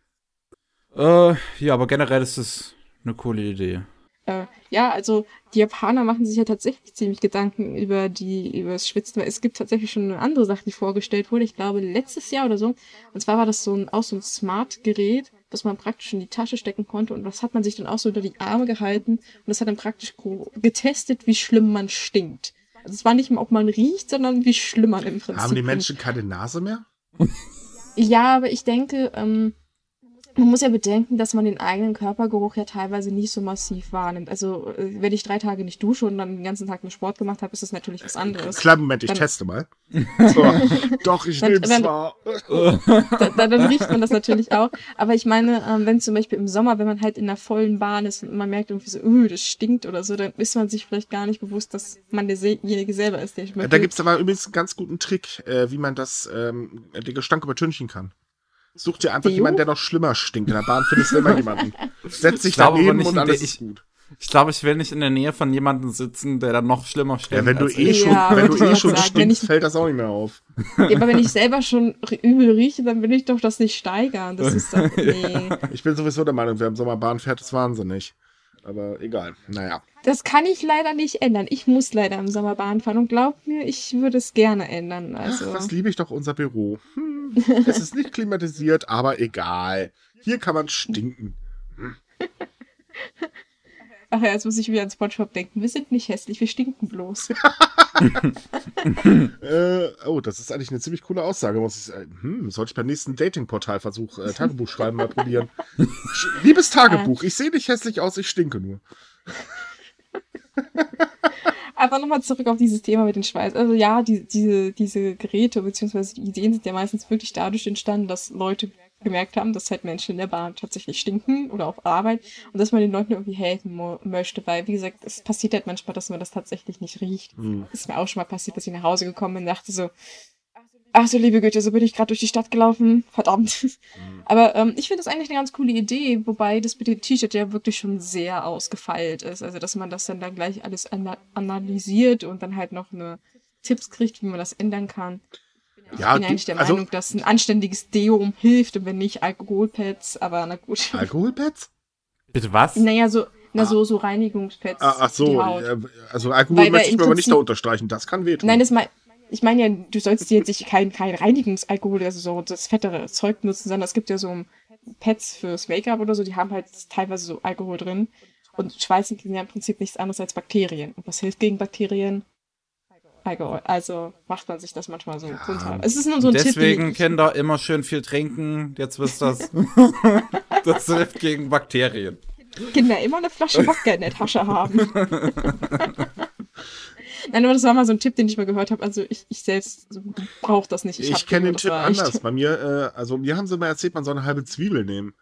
Ja, aber generell ist es eine coole Idee. Ja, also die Japaner machen sich ja tatsächlich ziemlich Gedanken über das Schwitzen. Es gibt tatsächlich schon eine andere Sache, die vorgestellt wurde. Ich glaube, letztes Jahr oder so. Und zwar war das so ein Smart-Gerät, was man praktisch in die Tasche stecken konnte und das hat man sich dann auch so unter die Arme gehalten und das hat dann praktisch getestet, wie schlimm man stinkt. Also es war nicht mal, ob man riecht, sondern wie schlimm man im Prinzip Haben die Menschen keine Nase mehr? Ja, aber ich denke, man muss ja bedenken, dass man den eigenen Körpergeruch ja teilweise nicht so massiv wahrnimmt. Also, wenn ich 3 Tage nicht dusche und dann den ganzen Tag nur Sport gemacht habe, ist das natürlich was anderes. Klar, Moment, ich teste mal. So. Doch, ich nehme es wahr. Dann riecht man das natürlich auch. Aber ich meine, wenn zum Beispiel im Sommer, wenn man halt in einer vollen Bahn ist und man merkt irgendwie so, das stinkt oder so, dann ist man sich vielleicht gar nicht bewusst, dass man derjenige selber ist, der schmeckt. Da gibt's aber übrigens einen ganz guten Trick, wie man den Gestank übertünchen kann. Such dir einfach jemanden, der noch schlimmer stinkt. In der Bahn findest du immer jemanden. Setz dich daneben und alles ist gut. Ich glaube, ich will nicht in der Nähe von jemandem sitzen, der dann noch schlimmer stinkt. Ja, wenn du schon stinkst, fällt das auch nicht mehr auf. Ja, aber wenn ich selber schon übel rieche, dann will ich doch das nicht steigern. Das ist doch, nee. Ich bin sowieso der Meinung, wer im Sommer Bahn fährt, ist wahnsinnig. Aber egal, naja. Das kann ich leider nicht ändern. Ich muss leider im Sommer Bahn fahren und glaubt mir, ich würde es gerne ändern. Also. Ach, was liebe ich doch unser Büro. Es ist nicht klimatisiert, aber egal. Hier kann man stinken. Ach ja, jetzt muss ich wieder an SpongeBob denken. Wir sind nicht hässlich, wir stinken bloß. Das ist eigentlich eine ziemlich coole Aussage. Sollte ich beim nächsten Dating-Portal-Versuch Tagebuch schreiben mal probieren. Liebes Tagebuch, ich sehe nicht hässlich aus, ich stinke nur. Aber nochmal zurück auf dieses Thema mit den Schweiß. Also ja, diese Geräte bzw. die Ideen sind ja meistens wirklich dadurch entstanden, dass Leute gemerkt haben, dass halt Menschen in der Bahn tatsächlich stinken oder auf Arbeit und dass man den Leuten irgendwie helfen möchte, weil, wie gesagt, es passiert halt manchmal, dass man das tatsächlich nicht riecht. Das ist mir auch schon mal passiert, dass ich nach Hause gekommen bin und dachte so, ach so, liebe Güte, so bin ich gerade durch die Stadt gelaufen, verdammt. Aber ich finde das eigentlich eine ganz coole Idee, wobei das mit dem T-Shirt ja wirklich schon sehr ausgefeilt ist, also dass man das dann gleich alles analysiert und dann halt noch Tipps kriegt, wie man das ändern kann. Ich bin eigentlich der Meinung, dass ein anständiges Deo hilft und wenn nicht Alkoholpads, aber na gut. Alkoholpads? Bitte was? Naja, so Reinigungspads. Ach so, also Alkohol möchte ich mir aber nicht da unterstreichen, das kann wehtun. Nein, ich meine ja, du sollst dir jetzt kein Reinigungsalkohol, also so das fettere Zeug nutzen, sondern es gibt ja so Pads fürs Make-up oder so, die haben halt teilweise so Alkohol drin und Schweißen sind ja im Prinzip nichts anderes als Bakterien. Und was hilft gegen Bakterien? Alkohol. Also macht man sich das manchmal so runter. Es ist nur so ein Tipp. Deswegen, Kinder, immer schön viel trinken. Jetzt wisst ihr das. Das hilft gegen Bakterien. Kinder, immer eine Flasche Wodka in der Tasche haben. Nein, aber das war mal so ein Tipp, den ich mal gehört habe. Also ich selbst brauche das nicht. Ich kenne den Tipp anders. Bei mir, mir haben sie mal erzählt, man soll eine halbe Zwiebel nehmen.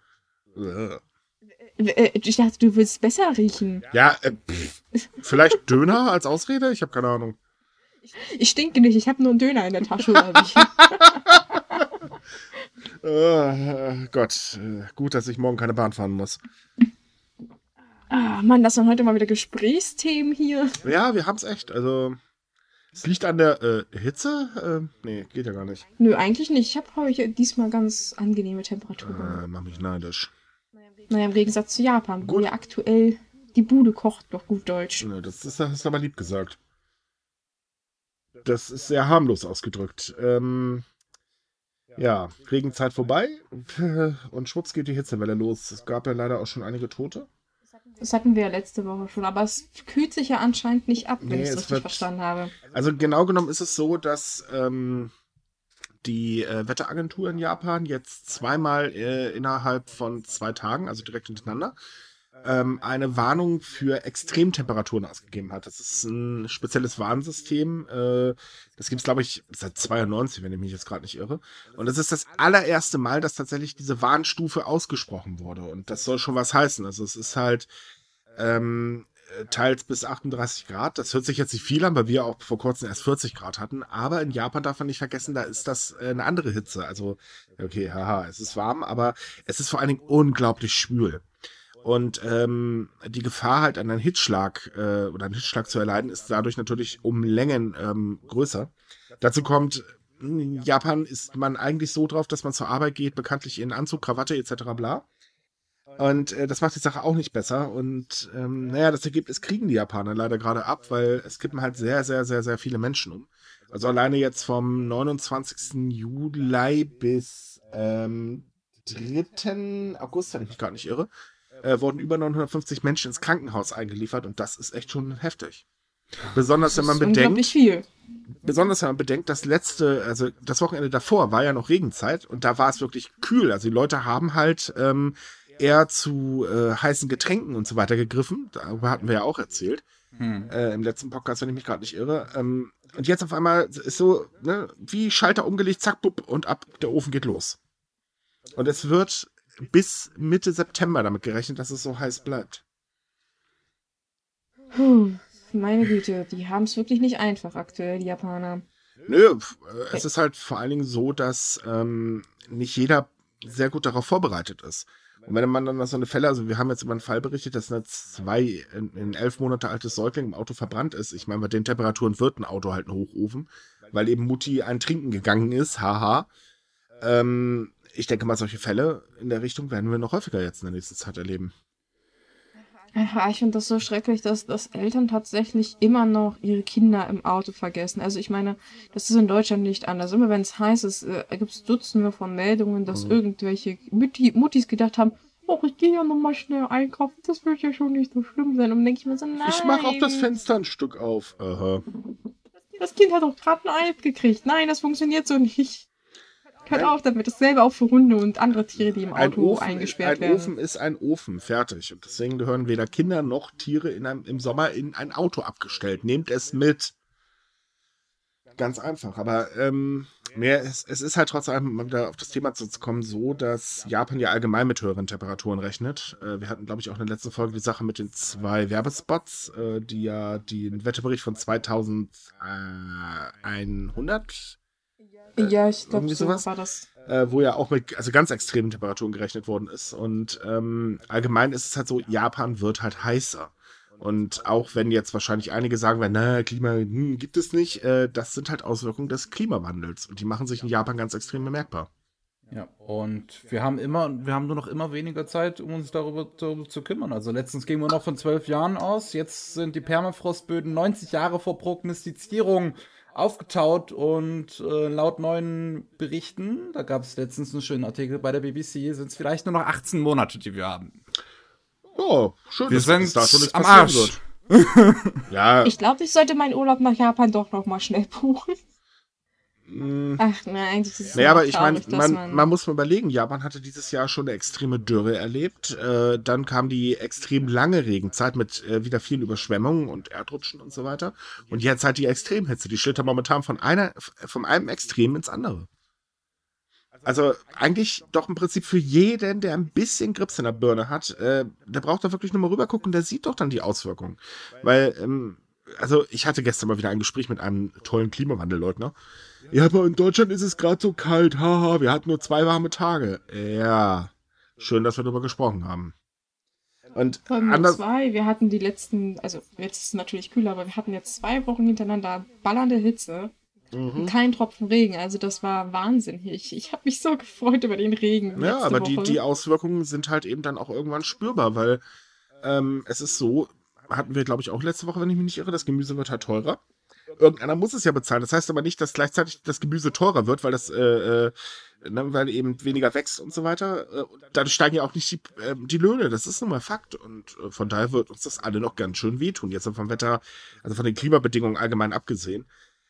Ich dachte, du willst besser riechen. Ja, vielleicht Döner als Ausrede? Ich habe keine Ahnung. Ich stinke nicht, ich habe nur einen Döner in der Tasche. Gott, gut, dass ich morgen keine Bahn fahren muss. Ah, Mann, das waren heute mal wieder Gesprächsthemen hier. Ja, wir haben es echt. Also, es liegt an der Hitze? Nee, geht ja gar nicht. Nö, eigentlich nicht. Ich habe heute diesmal ganz angenehme Temperaturen. Mach mich neidisch. Naja, im Gegensatz zu Japan, wo ja aktuell die Bude kocht, noch gut Deutsch. Das hast du aber lieb gesagt. Das ist sehr harmlos ausgedrückt. Ja, Regenzeit vorbei und schwupps geht die Hitzewelle los. Es gab ja leider auch schon einige Tote. Das hatten wir ja letzte Woche schon, aber es kühlt sich ja anscheinend nicht ab, wenn ich es richtig verstanden habe. Also genau genommen ist es so, dass die Wetteragentur in Japan jetzt zweimal innerhalb von 2 Tagen, also direkt hintereinander, eine Warnung für Extremtemperaturen ausgegeben hat. Das ist ein spezielles Warnsystem. Das gibt es, glaube ich, seit 92, wenn ich mich jetzt gerade nicht irre. Und das ist das allererste Mal, dass tatsächlich diese Warnstufe ausgesprochen wurde. Und das soll schon was heißen. Also es ist halt teils bis 38 Grad. Das hört sich jetzt nicht viel an, weil wir auch vor kurzem erst 40 Grad hatten. Aber in Japan darf man nicht vergessen, da ist das eine andere Hitze. Also, okay, haha, es ist warm, aber es ist vor allen Dingen unglaublich schwül. Und die Gefahr halt an einen Hitzschlag oder einen Hitzschlag zu erleiden, ist dadurch natürlich um Längen größer. Dazu kommt, in Japan ist man eigentlich so drauf, dass man zur Arbeit geht, bekanntlich in Anzug, Krawatte etc. bla. Und das macht die Sache auch nicht besser. Und das Ergebnis kriegen die Japaner leider gerade ab, weil es kippen halt sehr, sehr, sehr, sehr viele Menschen um. Also alleine jetzt vom 29. Juli bis 3. August, wenn ich mich gar nicht irre, wurden über 950 Menschen ins Krankenhaus eingeliefert und das ist echt schon heftig. Besonders wenn man bedenkt, das Wochenende davor war ja noch Regenzeit und da war es wirklich kühl. Also die Leute haben halt eher zu heißen Getränken und so weiter gegriffen. Darüber hatten wir ja auch erzählt. Im letzten Podcast, wenn ich mich gerade nicht irre. Und jetzt auf einmal ist so, ne, wie Schalter umgelegt, zack, bupp, und ab, der Ofen geht los. Und es wird bis Mitte September damit gerechnet, dass es so heiß bleibt. Meine Güte, die haben es wirklich nicht einfach aktuell, die Japaner. Nö, es ist halt vor allen Dingen so, dass nicht jeder sehr gut darauf vorbereitet ist. Und wenn man dann so eine Fälle, also wir haben jetzt über einen Fall berichtet, dass ein 11 Monate altes Säugling im Auto verbrannt ist. Ich meine, bei den Temperaturen wird ein Auto halt ein Hochofen, weil eben Mutti ein Trinken gegangen ist, haha. Ich denke mal, solche Fälle in der Richtung werden wir noch häufiger jetzt in der nächsten Zeit erleben. Ja, ich finde das so schrecklich, dass Eltern tatsächlich immer noch ihre Kinder im Auto vergessen. Also ich meine, das ist in Deutschland nicht anders. Immer wenn es heiß ist, gibt es Dutzende von Meldungen, dass irgendwelche Muttis gedacht haben, oh, ich gehe ja nochmal schnell einkaufen, das wird ja schon nicht so schlimm sein. Und dann denke ich mir so, nein. Ich mache auch das Fenster ein Stück auf. Aha. Das Kind hat doch gerade ein Ei gekriegt. Nein, das funktioniert so nicht. Hört auf damit, dasselbe auch für Hunde und andere Tiere, die im Auto eingesperrt werden. Ein Ofen ist ein Ofen, fertig. Und deswegen gehören weder Kinder noch Tiere im Sommer in ein Auto abgestellt. Nehmt es mit. Ganz einfach. Aber es ist halt trotzdem, mal wieder auf das Thema zu kommen, so, dass Japan ja allgemein mit höheren Temperaturen rechnet. Wir hatten, glaube ich, auch in der letzten Folge die Sache mit den 2 Werbespots, die ja den Wetterbericht von 2100 ja, ich glaube, so war das. Wo ja auch mit ganz extremen Temperaturen gerechnet worden ist. Und allgemein ist es halt so, Japan wird halt heißer. Und auch wenn jetzt wahrscheinlich einige sagen werden, na, Klima gibt es nicht, das sind halt Auswirkungen des Klimawandels. Und die machen sich in Japan ganz extrem bemerkbar. Ja, und wir haben nur noch immer weniger Zeit, um uns darüber zu kümmern. Also letztens gingen wir noch von 12 Jahren aus. Jetzt sind die Permafrostböden 90 Jahre vor Prognostizierung aufgetaut und laut neuen Berichten, da gab es letztens einen schönen Artikel bei der BBC, sind es vielleicht nur noch 18 Monate, die wir haben. Oh, schön, wir sind da schon am Arsch. Ja. Ich glaube, ich sollte meinen Urlaub nach Japan doch noch mal schnell buchen. Ach nein, eigentlich ist es naja, aber ich meine, man muss mal überlegen, Japan hatte dieses Jahr schon eine extreme Dürre erlebt. Dann kam die extrem lange Regenzeit mit wieder vielen Überschwemmungen und Erdrutschen und so weiter. Und jetzt halt die Extremhitze. Die schlittert momentan von einem Extrem ins andere. Also eigentlich doch im Prinzip für jeden, der ein bisschen Grips in der Birne hat, der braucht da wirklich nur mal rüber gucken, der sieht doch dann die Auswirkungen. Weil, ich hatte gestern mal wieder ein Gespräch mit einem tollen Klimawandelleugner. Ja, aber in Deutschland ist es gerade so kalt, haha, wir hatten nur 2 warme Tage. Ja, schön, dass wir darüber gesprochen haben. Und wir hatten die letzten, also jetzt ist es natürlich kühler, aber wir hatten jetzt 2 Wochen hintereinander ballernde Hitze. Kein Tropfen Regen, also das war wahnsinnig. Ich habe mich so gefreut über den Regen. Ja, aber die Auswirkungen sind halt eben dann auch irgendwann spürbar, weil es ist so, hatten wir glaube ich auch letzte Woche, wenn ich mich nicht irre, das Gemüse wird halt teurer. Irgendeiner muss es ja bezahlen. Das heißt aber nicht, dass gleichzeitig das Gemüse teurer wird, weil weil eben weniger wächst und so weiter. Dadurch steigen ja auch nicht die Löhne. Das ist nun mal Fakt. Und von daher wird uns das alle noch ganz schön wehtun. Jetzt vom Wetter, also von den Klimabedingungen allgemein abgesehen.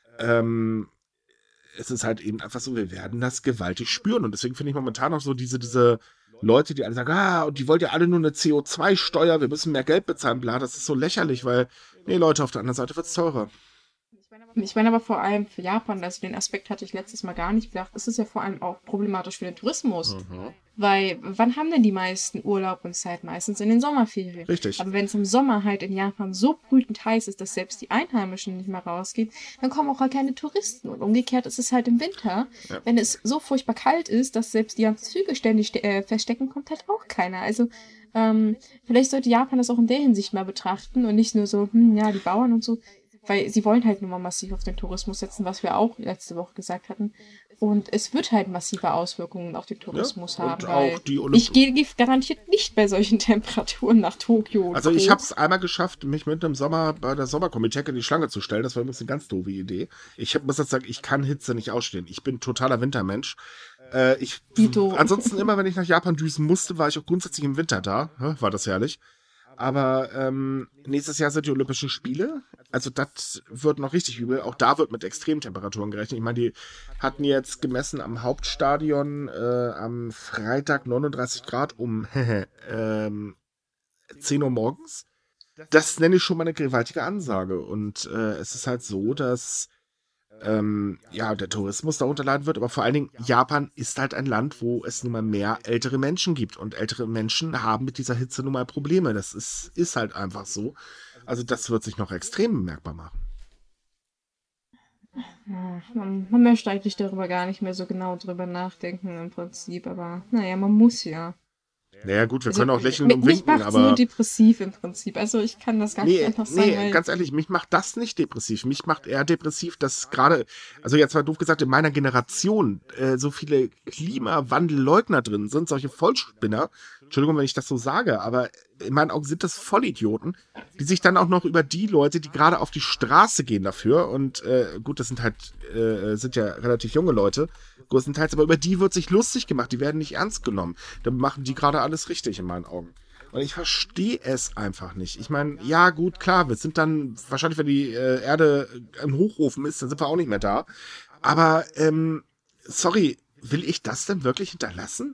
Es ist halt eben einfach so, wir werden das gewaltig spüren. Und deswegen finde ich momentan auch so diese Leute, die alle sagen, und die wollen ja alle nur eine CO2-Steuer, wir müssen mehr Geld bezahlen, bla. Das ist so lächerlich, weil, nee, Leute, auf der anderen Seite wird es teurer. Ich meine aber vor allem für Japan, also den Aspekt hatte ich letztes Mal gar nicht gedacht, ist es ja vor allem auch problematisch für den Tourismus. Weil, wann haben denn die meisten Urlaub und Zeit? Meistens in den Sommerferien. Richtig. Aber wenn es im Sommer halt in Japan so brütend heiß ist, dass selbst die Einheimischen nicht mehr rausgehen, dann kommen auch halt keine Touristen. Und umgekehrt ist es halt im Winter, wenn es so furchtbar kalt ist, dass selbst die ganzen Züge ständig feststecken, kommt halt auch keiner. Also, vielleicht sollte Japan das auch in der Hinsicht mal betrachten und nicht nur so, die Bauern und so. Weil sie wollen halt nur mal massiv auf den Tourismus setzen, was wir auch letzte Woche gesagt hatten. Und es wird halt massive Auswirkungen auf den Tourismus haben. Weil ich gehe garantiert nicht bei solchen Temperaturen nach Tokio. Also ich habe es einmal geschafft, mich mit einem bei der Sommerkomitee in die Schlange zu stellen. Das war übrigens eine ganz doofe Idee. Ich muss jetzt sagen, ich kann Hitze nicht ausstehen. Ich bin totaler Wintermensch. Dito. Ansonsten immer, wenn ich nach Japan düsen musste, war ich auch grundsätzlich im Winter da. War das herrlich. Aber nächstes Jahr sind die Olympischen Spiele. Also das wird noch richtig übel. Auch da wird mit Extremtemperaturen gerechnet. Ich meine, die hatten jetzt gemessen am Hauptstadion am Freitag 39 Grad um 10 Uhr morgens. Das nenne ich schon mal eine gewaltige Ansage. Und es ist halt so, dass der Tourismus darunter leiden wird, aber vor allen Dingen, Japan ist halt ein Land, wo es nun mal mehr ältere Menschen gibt und ältere Menschen haben mit dieser Hitze nun mal Probleme. Das ist halt einfach so. Also das wird sich noch extrem bemerkbar machen. Ja, man möchte eigentlich darüber gar nicht mehr so genau drüber nachdenken im Prinzip, aber naja, man muss ja. Naja gut, wir Also können auch lächeln und mich winken, macht's nur aber depressiv im Prinzip. Also ich kann das gar nicht einfach sagen, weil ganz ehrlich, mich macht das nicht depressiv. Mich macht eher depressiv, dass gerade, also jetzt mal doof gesagt, in meiner Generation so viele Klimawandelleugner drin sind, solche Vollspinner. Entschuldigung, wenn ich das so sage, aber in meinen Augen sind das Vollidioten, die sich dann auch noch über die Leute, die gerade auf die Straße gehen dafür, und gut, das sind halt, sind ja relativ junge Leute, größtenteils, aber über die wird sich lustig gemacht, die werden nicht ernst genommen. Dann machen die gerade alles richtig in meinen Augen. Und ich verstehe es einfach nicht. Ich meine, ja gut, klar, wir sind dann, wahrscheinlich wenn die Erde ein Hochofen ist, dann sind wir auch nicht mehr da. Aber, sorry, will ich das denn wirklich hinterlassen?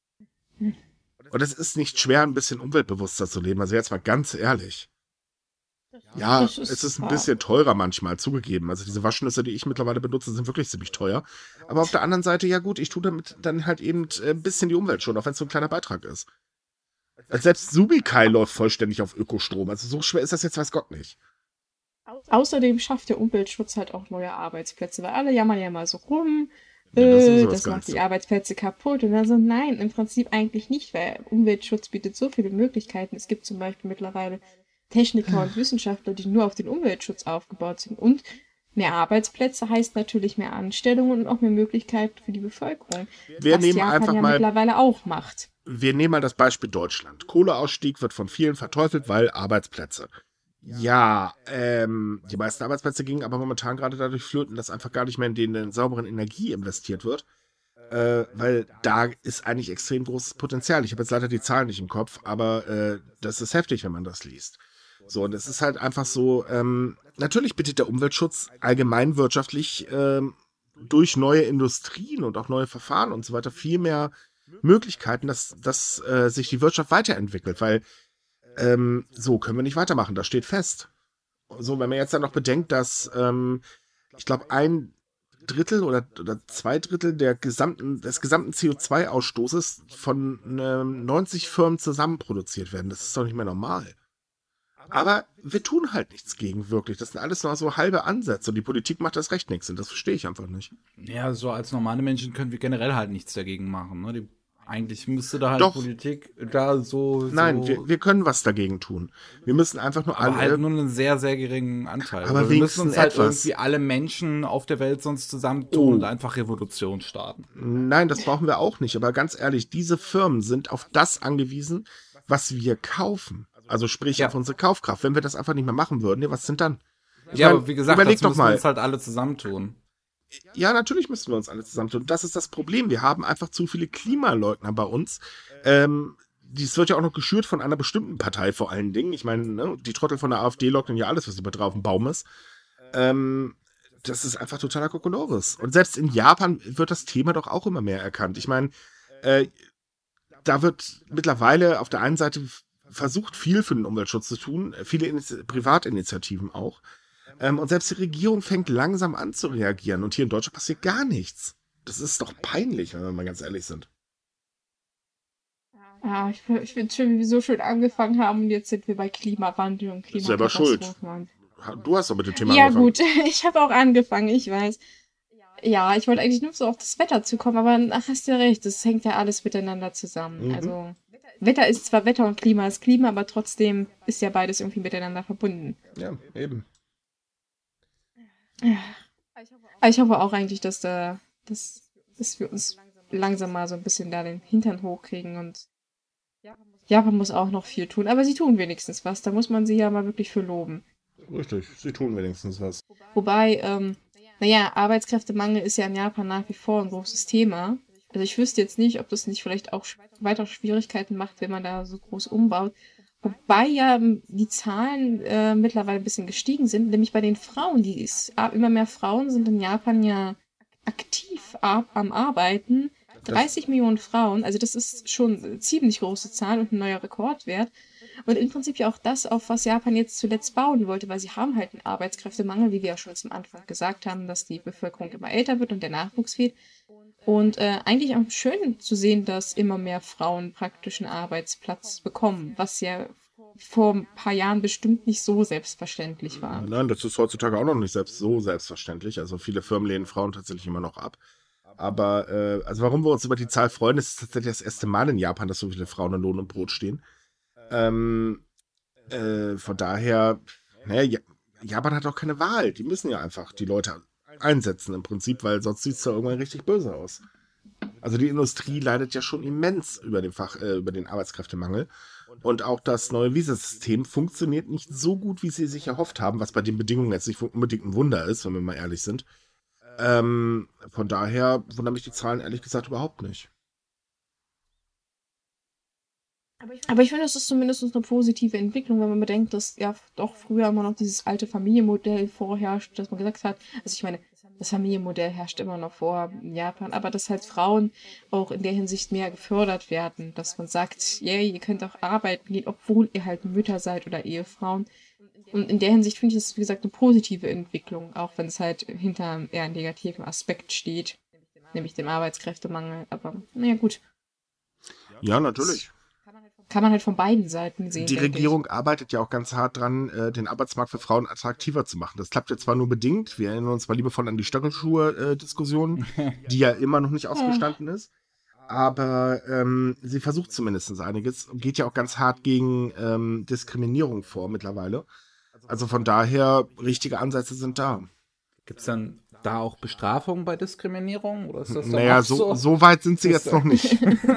Und es ist nicht schwer, ein bisschen umweltbewusster zu leben. Also jetzt mal ganz ehrlich. Ja, das es ist ein wahr. bisschen teurer manchmal, zugegeben. Also diese Waschnüsse, die ich mittlerweile benutze, sind wirklich ziemlich teuer. Aber auf der anderen Seite, ja gut, ich tue damit dann halt eben ein bisschen die Umwelt schon, auch wenn es so ein kleiner Beitrag ist. Also selbst Subikai läuft vollständig auf Ökostrom. Also so schwer ist das jetzt, weiß Gott nicht. Außerdem schafft der Umweltschutz halt auch neue Arbeitsplätze, weil alle jammern ja mal so rum, Ja, das ist sowieso das das macht die Geilste. Arbeitsplätze kaputt. Und dann so, nein, im Prinzip eigentlich nicht, weil Umweltschutz bietet so viele Möglichkeiten. Es gibt zum Beispiel mittlerweile Techniker und Wissenschaftler, die nur auf den Umweltschutz aufgebaut sind. Und mehr Arbeitsplätze heißt natürlich mehr Anstellungen und auch mehr Möglichkeiten für die Bevölkerung, Wir was nehmen Japan einfach ja mal mittlerweile auch macht. Wir nehmen mal das Beispiel Deutschland. Kohleausstieg wird von vielen verteufelt, weil Arbeitsplätze. Ja, die meisten Arbeitsplätze gingen aber momentan gerade dadurch flöten, dass einfach gar nicht mehr in den sauberen Energie investiert wird. Weil da ist eigentlich extrem großes Potenzial. Ich habe jetzt leider die Zahlen nicht im Kopf, aber das ist heftig, wenn man das liest. So, und es ist halt einfach so, natürlich bietet der Umweltschutz allgemein wirtschaftlich durch neue Industrien und auch neue Verfahren und so weiter viel mehr Möglichkeiten, dass sich die Wirtschaft weiterentwickelt, weil so können wir nicht weitermachen, das steht fest. So, wenn man jetzt dann noch bedenkt, dass ich glaube, ein Drittel oder zwei Drittel des gesamten CO2-Ausstoßes von 90 Firmen zusammen produziert werden, das ist doch nicht mehr normal. Aber wir tun halt nichts gegen wirklich. Das sind alles nur so halbe Ansätze und die Politik macht das recht nichts und das verstehe ich einfach nicht. Ja, so als normale Menschen können wir generell halt nichts dagegen machen. Ne? Eigentlich müsste da halt Doch. Politik da so. Nein, wir können was dagegen tun. Wir müssen einfach nur aber halt alle. nur einen sehr, sehr geringen Anteil. Aber wir müssen uns wenigstens halt etwas. irgendwie alle Menschen auf der Welt sonst zusammentun Oh. und einfach Revolution starten. Nein, das brauchen wir auch nicht. Aber ganz ehrlich, diese Firmen sind auf das angewiesen, was wir kaufen. Also sprich Ja. auf unsere Kaufkraft. Wenn wir das einfach nicht mehr machen würden, ja, was sind dann? Ich Ja, mein, aber wie gesagt, überleg das doch müssen wir mal. uns halt alle zusammentun. Ja, natürlich müssen wir uns alle zusammentun. Das ist das Problem. Wir haben einfach zu viele Klimaleugner bei uns. Dies wird ja auch noch geschürt von einer bestimmten Partei vor allen Dingen. Ich meine, ne, die Trottel von der AfD leugnen ja alles, was über drauf im Baum ist. Das ist einfach totaler Kokolores. Und selbst in Japan wird das Thema doch auch immer mehr erkannt. Ich meine, da wird mittlerweile auf der einen Seite versucht, viel für den Umweltschutz zu tun, viele Privatinitiativen auch. Und selbst die Regierung fängt langsam an zu reagieren. Und hier in Deutschland passiert gar nichts. Das ist doch peinlich, wenn wir mal ganz ehrlich sind. Ja, ich finde es schön, wie wir so schön angefangen haben und jetzt sind wir bei Klimawandel und Selber schuld. Klimakatastrophen. Du hast doch mit dem Thema Ja angefangen. gut, ich habe auch angefangen, ich weiß. Ja, ich wollte eigentlich nur so auf das Wetter zu kommen, aber ach, hast du ja recht, das hängt ja alles miteinander zusammen. Mhm. Also Wetter ist zwar Wetter und Klima ist Klima, aber trotzdem ist ja beides irgendwie miteinander verbunden. Ja, eben. Aber ich hoffe auch eigentlich, dass wir uns langsam mal so ein bisschen da den Hintern hochkriegen und Japan muss auch noch viel tun, aber sie tun wenigstens was, da muss man sie ja mal wirklich für loben. Richtig, sie tun wenigstens was. Wobei, naja, Arbeitskräftemangel ist ja in Japan nach wie vor ein großes Thema. Also ich wüsste jetzt nicht, ob das nicht vielleicht auch weitere Schwierigkeiten macht, wenn man da so groß umbaut. Wobei ja die Zahlen mittlerweile ein bisschen gestiegen sind, nämlich bei den Frauen. Immer mehr Frauen sind in Japan ja aktiv am Arbeiten. 30 Millionen Frauen, also das ist schon eine ziemlich große Zahl und ein neuer Rekordwert. Und im Prinzip ja auch das, auf was Japan jetzt zuletzt bauen wollte, weil sie haben halt einen Arbeitskräftemangel, wie wir ja schon zum Anfang gesagt haben, dass die Bevölkerung immer älter wird und der Nachwuchs fehlt. Und eigentlich auch schön zu sehen, dass immer mehr Frauen praktisch einen Arbeitsplatz bekommen, was ja vor ein paar Jahren bestimmt nicht so selbstverständlich war. Nein, das ist heutzutage auch noch nicht so selbstverständlich. Also viele Firmen lehnen Frauen tatsächlich immer noch ab. Aber, also warum wir uns über die Zahl freuen, ist tatsächlich das erste Mal in Japan, dass so viele Frauen in Lohn und Brot stehen. Von daher, naja, Japan hat auch keine Wahl. Die müssen ja einfach die Leute einsetzen im Prinzip, weil sonst sieht es da irgendwann richtig böse aus. Also die Industrie leidet ja schon immens über den Arbeitskräftemangel. Und auch das neue Visasystem funktioniert nicht so gut, wie sie sich erhofft haben, was bei den Bedingungen jetzt nicht unbedingt ein Wunder ist, wenn wir mal ehrlich sind. Von daher wundern mich die Zahlen ehrlich gesagt überhaupt nicht. Aber ich finde, das ist zumindest eine positive Entwicklung, wenn man bedenkt, dass ja doch früher immer noch dieses alte Familienmodell vorherrscht, dass man gesagt hat, also ich meine, das Familienmodell herrscht immer noch vor in Japan, aber dass halt Frauen auch in der Hinsicht mehr gefördert werden, dass man sagt, yeah, ihr könnt auch arbeiten gehen, obwohl ihr halt Mütter seid oder Ehefrauen. Und in der Hinsicht finde ich das, wie gesagt, eine positive Entwicklung, auch wenn es halt hinter einem eher negativen Aspekt steht, nämlich dem Arbeitskräftemangel. Aber naja, gut. Ja, natürlich. Kann man halt von beiden Seiten sehen. Die Regierung arbeitet ja auch ganz hart dran, den Arbeitsmarkt für Frauen attraktiver zu machen. Das klappt ja zwar nur bedingt, wir erinnern uns mal liebevoll an die Stöckelschuhe-Diskussion, die ja immer noch nicht ausgestanden ist. Aber sie versucht zumindest einiges und geht ja auch ganz hart gegen Diskriminierung vor mittlerweile. Also von daher, richtige Ansätze sind da. Gibt es dann da auch Bestrafungen bei Diskriminierung? Oder ist das dann naja, auch so weit sind sie jetzt noch nicht.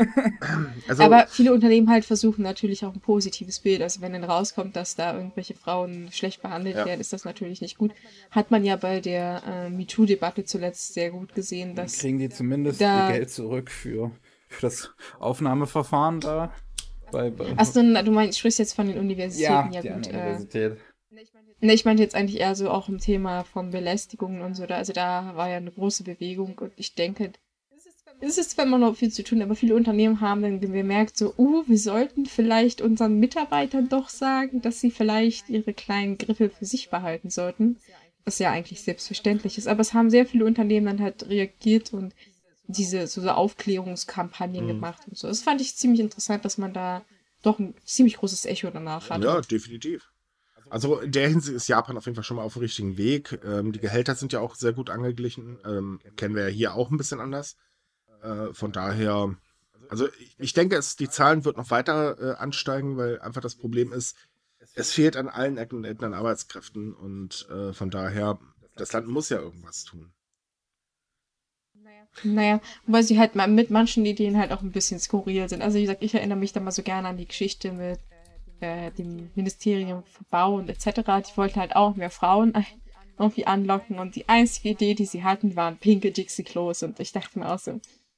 Also, aber viele Unternehmen halt versuchen natürlich auch ein positives Bild. Also wenn dann rauskommt, dass da irgendwelche Frauen schlecht behandelt werden, ist das natürlich nicht gut. Hat man ja bei der MeToo-Debatte zuletzt sehr gut gesehen, dass... Kriegen die zumindest ihr Geld zurück für das Aufnahmeverfahren da? Achso, du sprichst jetzt von den Universitäten. Ja gut. Universität. Ne, ich meinte jetzt eigentlich eher so auch im Thema von Belästigungen und so. Also da war ja eine große Bewegung und ich denke, es ist zwar immer noch viel zu tun, aber viele Unternehmen haben dann gemerkt, so, wir sollten vielleicht unseren Mitarbeitern doch sagen, dass sie vielleicht ihre kleinen Griffel für sich behalten sollten. Was ja eigentlich selbstverständlich ist. Aber es haben sehr viele Unternehmen dann halt reagiert und diese so Aufklärungskampagnen gemacht und so. Das fand ich ziemlich interessant, dass man da doch ein ziemlich großes Echo danach hatte. Ja, definitiv. Also in der Hinsicht ist Japan auf jeden Fall schon mal auf dem richtigen Weg. Die Gehälter sind ja auch sehr gut angeglichen. Kennen wir ja hier auch ein bisschen anders. Von daher, also ich denke, die Zahlen wird noch weiter ansteigen, weil einfach das Problem ist, es fehlt an allen Ecken und Enden an Arbeitskräften und von daher, das Land muss ja irgendwas tun. Naja, wobei sie halt mit manchen Ideen halt auch ein bisschen skurril sind. Also wie gesagt, ich erinnere mich da mal so gerne an die Geschichte mit dem Ministerium für Bau und etc. Die wollten halt auch mehr Frauen irgendwie anlocken und die einzige Idee, die sie hatten, waren pinke Dixie-Klos und ich dachte mir auch so,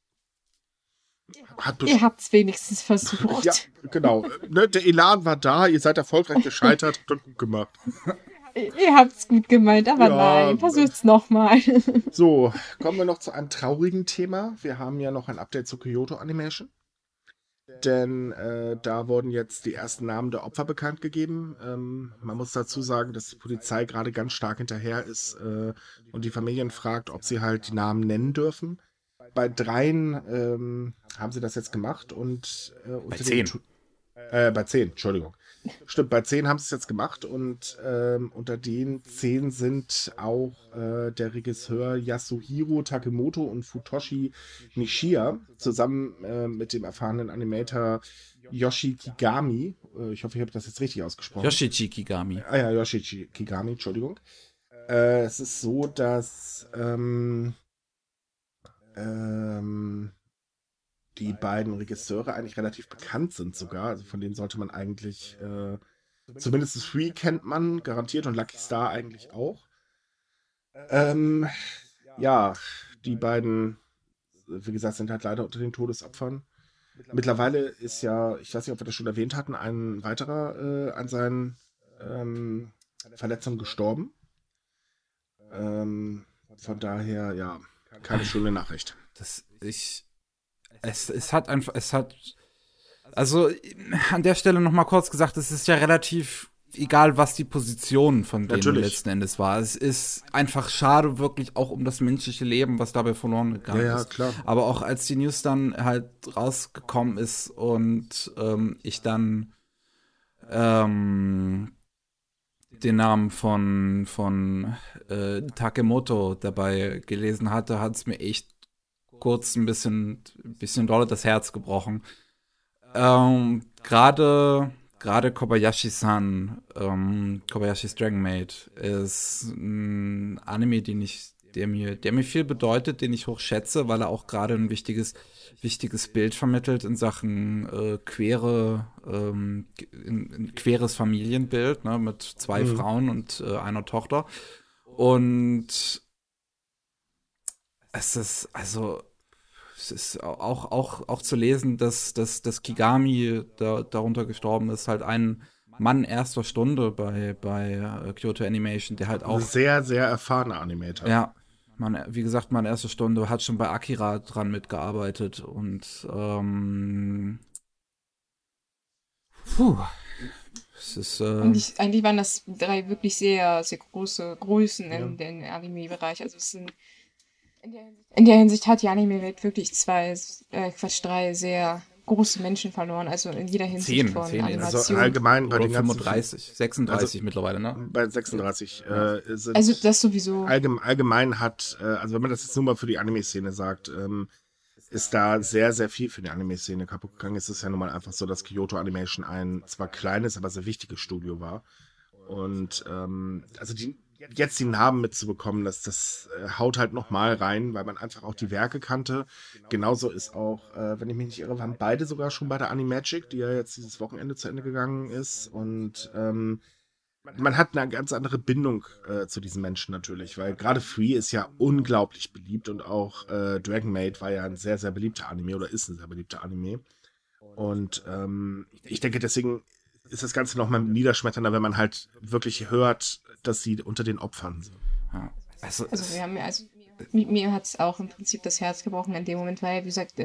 ihr habt es wenigstens versucht. Ja, genau. Der Elan war da, ihr seid erfolgreich gescheitert, habt das gut gemacht. Ihr habt es gut gemeint, aber nein, versucht's nochmal. So, kommen wir noch zu einem traurigen Thema. Wir haben ja noch ein Update zu Kyoto Animation. Denn da wurden jetzt die ersten Namen der Opfer bekannt gegeben. Man muss dazu sagen, dass die Polizei gerade ganz stark hinterher ist und die Familien fragt, ob sie halt die Namen nennen dürfen. Bei 3 haben sie das jetzt gemacht und bei 10. Bei 10, Entschuldigung. Stimmt, bei 10 haben sie es jetzt gemacht und unter den 10 sind auch der Regisseur Yasuhiro Takemoto und Futoshi Nishiya zusammen mit dem erfahrenen Animator Yoshi Kigami. Ich hoffe, ich habe das jetzt richtig ausgesprochen. Yoshichi Kigami. Ah ja, Yoshichi Kigami, Entschuldigung. Es ist so, dass die beiden Regisseure eigentlich relativ bekannt sind sogar. Also von denen sollte man eigentlich, zumindest Free kennt man garantiert und Lucky Star eigentlich auch. Ja, die beiden wie gesagt, sind halt leider unter den Todesopfern. Mittlerweile ist ja, ich weiß nicht, ob wir das schon erwähnt hatten, ein weiterer an seinen Verletzungen gestorben. Von daher, ja, keine schöne Nachricht. Also an der Stelle nochmal kurz gesagt, es ist ja relativ egal, was die Position von denen letzten Endes war. Es ist einfach schade, wirklich auch um das menschliche Leben, was dabei verloren gegangen ist. Ja, klar. Aber auch als die News dann halt rausgekommen ist und ich dann den Namen von Takemoto dabei gelesen hatte, hat es mir echt kurz ein bisschen dolle das Herz gebrochen. Gerade Kobayashi-san, Kobayashi's Dragon Maid, ist ein Anime, der mir viel bedeutet, den ich hoch schätze, weil er auch gerade ein wichtiges Bild vermittelt in Sachen queres Familienbild, ne, mit 2 Frauen und einer Tochter. Und es ist auch zu lesen, dass Kigami darunter gestorben ist, halt ein Mann erster Stunde bei Kyoto Animation, der halt auch sehr, sehr erfahrener Animator. Ja, wie gesagt, Mann erster Stunde, hat schon bei Akira dran mitgearbeitet und es ist eigentlich waren das 3 wirklich sehr, sehr große Größen in den Anime-Bereich. Also es sind in der Hinsicht hat die Anime-Welt wirklich 3 sehr große Menschen verloren, also in jeder Hinsicht 10 von Animation. Also allgemein bei oder den ganzen 35, 36 mittlerweile, ne? Bei 36 sind also das sowieso. Allgemein hat, also wenn man das jetzt nur mal für die Anime-Szene sagt, ist da sehr, sehr viel für die Anime-Szene kaputt gegangen. Es ist ja nun mal einfach so, dass Kyoto Animation ein zwar kleines, aber sehr wichtiges Studio war. Und also jetzt die Namen mitzubekommen, das haut halt nochmal rein, weil man einfach auch die Werke kannte. Genauso ist auch, wenn ich mich nicht irre, waren beide sogar schon bei der Animagic, die ja jetzt dieses Wochenende zu Ende gegangen ist. Und man hat eine ganz andere Bindung zu diesen Menschen natürlich, weil gerade Free ist ja unglaublich beliebt und auch Dragon Maid war ja ein sehr, sehr beliebter Anime oder ist ein sehr beliebter Anime. Und ich denke, deswegen ist das Ganze nochmal niederschmetternder, wenn man halt wirklich hört, dass sie unter den Opfern sind. Ja. Also mir hat es auch im Prinzip das Herz gebrochen in dem Moment, weil, wie gesagt,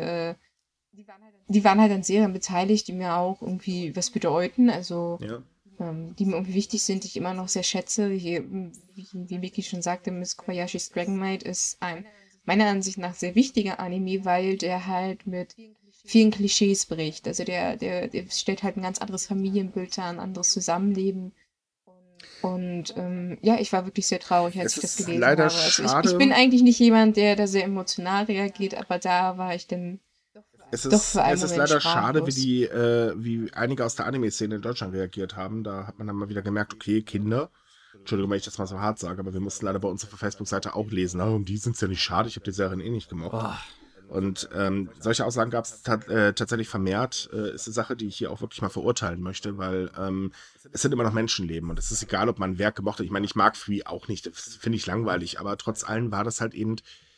die waren halt an Serien beteiligt, die mir auch irgendwie was bedeuten, also die mir irgendwie wichtig sind, die ich immer noch sehr schätze. Wie Vicky schon sagte, Miss Kobayashi's Dragon Maid ist ein meiner Ansicht nach sehr wichtiger Anime, weil der halt mit vielen Klischees bricht. Also der stellt halt ein ganz anderes Familienbild dar, ein anderes Zusammenleben. Und ich war wirklich sehr traurig, als ich das gelesen habe. Also ich bin eigentlich nicht jemand, der da sehr emotional reagiert, aber da war ich dann doch für einen Moment Es ist leider schade, sprachlos. wie einige aus der Anime-Szene in Deutschland reagiert haben. Da hat man dann mal wieder gemerkt, okay, Kinder, Entschuldigung, wenn ich das mal so hart sage, aber wir mussten leider bei uns auf der Facebook-Seite auch lesen, um die sind es ja nicht schade, ich habe die Serien eh nicht gemocht. Und solche Aussagen gab es tatsächlich vermehrt. Ist eine Sache, die ich hier auch wirklich mal verurteilen möchte, weil es sind immer noch Menschenleben und es ist egal, ob man ein Werk gemocht hat. Ich meine, ich mag Free auch nicht, das finde ich langweilig, aber trotz allem war das halt eben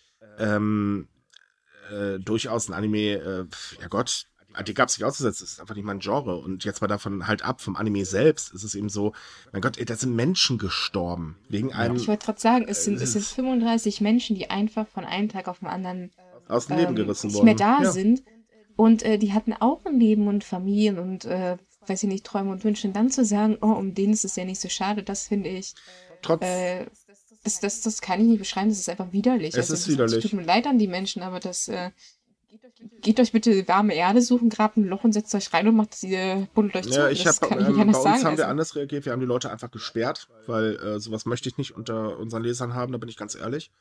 durchaus ein Anime, ja Gott, die gab es nicht auszusetzen, das ist einfach nicht mein Genre. Und jetzt mal davon halt ab, vom Anime selbst, ist es eben so, mein Gott, da sind Menschen gestorben. Wegen einem. Ich wollte gerade sagen, es sind 35 Menschen, die einfach von einem Tag auf den anderen aus dem Leben gerissen nicht worden. mehr da sind. Und die hatten auch ein Leben und Familien und, weiß ich nicht, Träume und Wünsche. Und dann zu sagen, oh, um denen ist es ja nicht so schade, das finde ich, Trotz, das kann ich nicht beschreiben, das ist einfach widerlich. Es ist widerlich. Es tut mir leid an die Menschen, aber geht euch bitte warme Erde suchen, grabt ein Loch und setzt euch rein und macht das, ihr buddelt euch zu. Bei kann ich nicht uns anders sagen. haben wir anders reagiert, wir haben die Leute einfach gesperrt, weil sowas möchte ich nicht unter unseren Lesern haben, da bin ich ganz ehrlich.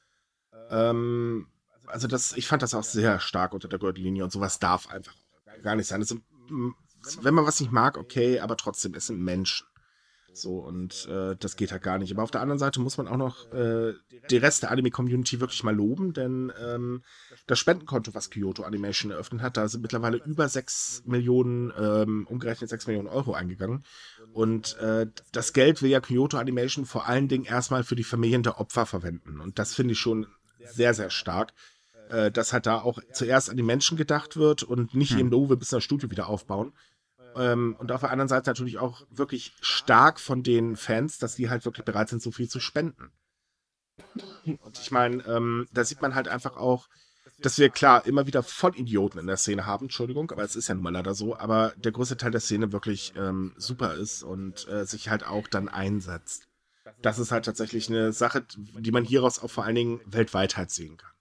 Also ich fand das auch sehr stark unter der Gürtellinie und sowas darf einfach gar nicht sein. Also, wenn man was nicht mag, okay, aber trotzdem, es sind Menschen. So, und das geht halt gar nicht. Aber auf der anderen Seite muss man auch noch den Rest der Anime-Community wirklich mal loben, denn das Spendenkonto, was Kyoto Animation eröffnet hat, da sind mittlerweile über 6 Millionen, umgerechnet 6 Millionen Euro eingegangen. Und das Geld will ja Kyoto Animation vor allen Dingen erstmal für die Familien der Opfer verwenden. Und das finde ich schon sehr, sehr stark. dass halt da auch zuerst an die Menschen gedacht wird und nicht eben, wir müssen das Studio wieder aufbauen. Und auf der anderen Seite natürlich auch wirklich stark von den Fans, dass die halt wirklich bereit sind, so viel zu spenden. Und ich meine, da sieht man halt einfach auch, dass wir klar immer wieder Vollidioten in der Szene haben, Entschuldigung, aber es ist ja nun mal leider so, aber der größte Teil der Szene wirklich super ist und sich halt auch dann einsetzt. Das ist halt tatsächlich eine Sache, die man hieraus auch vor allen Dingen weltweit halt sehen kann.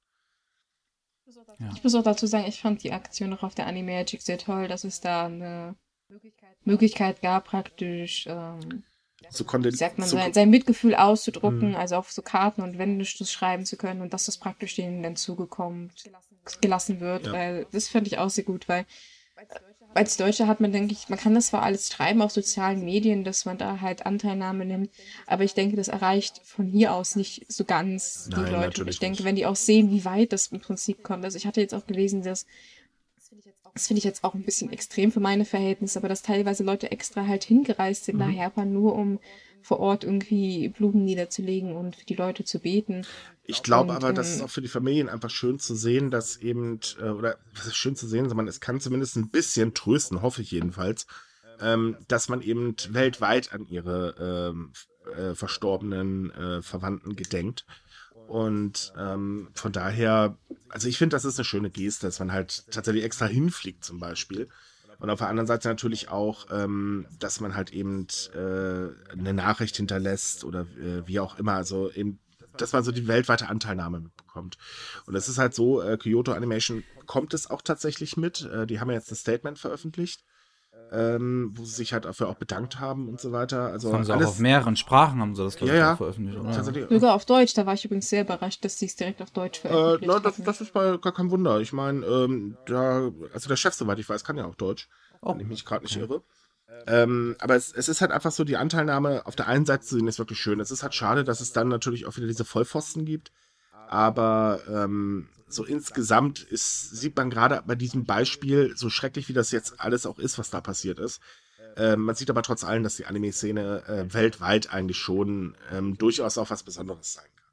Ja. Ich muss auch dazu sagen, ich fand die Aktion auch auf der Animagic sehr toll, dass es da eine Möglichkeit gab, praktisch, So wie sagt man, sein Mitgefühl auszudrucken, also auf so Karten und Wände das schreiben zu können und dass das praktisch denen dann gelassen wird, Ja. weil das fand ich auch sehr gut, weil als Deutscher hat man, denke ich, man kann das zwar alles treiben auf sozialen Medien, dass man da halt Anteilnahme nimmt, aber ich denke, das erreicht von hier aus nicht so ganz die Nein, Leute. Und natürlich ich denke, nicht. wenn die auch sehen, wie weit das im Prinzip kommt. Also ich hatte jetzt auch gelesen, dass das finde ich jetzt auch ein bisschen extrem für meine Verhältnisse, aber dass teilweise Leute extra halt hingereist sind nach Japan, nur um vor Ort irgendwie Blumen niederzulegen und für die Leute zu beten. Ich glaube Und, aber, das ist auch für die Familien einfach schön zu sehen, dass eben, oder was ist schön zu sehen, sondern es kann zumindest ein bisschen trösten, hoffe ich jedenfalls, dass man eben weltweit an ihre verstorbenen Verwandten gedenkt. Und von daher, also ich finde, das ist eine schöne Geste, dass man halt tatsächlich extra hinfliegt zum Beispiel. Und auf der anderen Seite natürlich auch, dass man halt eben eine Nachricht hinterlässt oder wie auch immer, also eben, dass man so die weltweite Anteilnahme mitbekommt. Und es ist halt so, Kyoto Animation kommt es auch tatsächlich mit. Die haben ja jetzt ein Statement veröffentlicht, wo sie sich halt dafür auch bedankt haben und so weiter. Also Haben sie auch alles, auf mehreren Sprachen haben sie das, glaube ich, ja, auch veröffentlicht, oder? tatsächlich. sogar auf Deutsch, da war ich übrigens sehr überrascht, dass sie es direkt auf Deutsch veröffentlicht Na, haben. das ist bei gar kein Wunder. Ich meine, also der Chef, soweit ich weiß, kann ja auch Deutsch, wenn ich mich gerade nicht irre. Aber es ist halt einfach so, die Anteilnahme auf der einen Seite zu sehen, ist wirklich schön. Es ist halt schade, dass es dann natürlich auch wieder diese Vollpfosten gibt. Aber so insgesamt sieht man gerade bei diesem Beispiel, so schrecklich wie das jetzt alles auch ist, was da passiert ist. Man sieht aber trotz allem, dass die Anime-Szene weltweit eigentlich schon durchaus auch was Besonderes sein kann.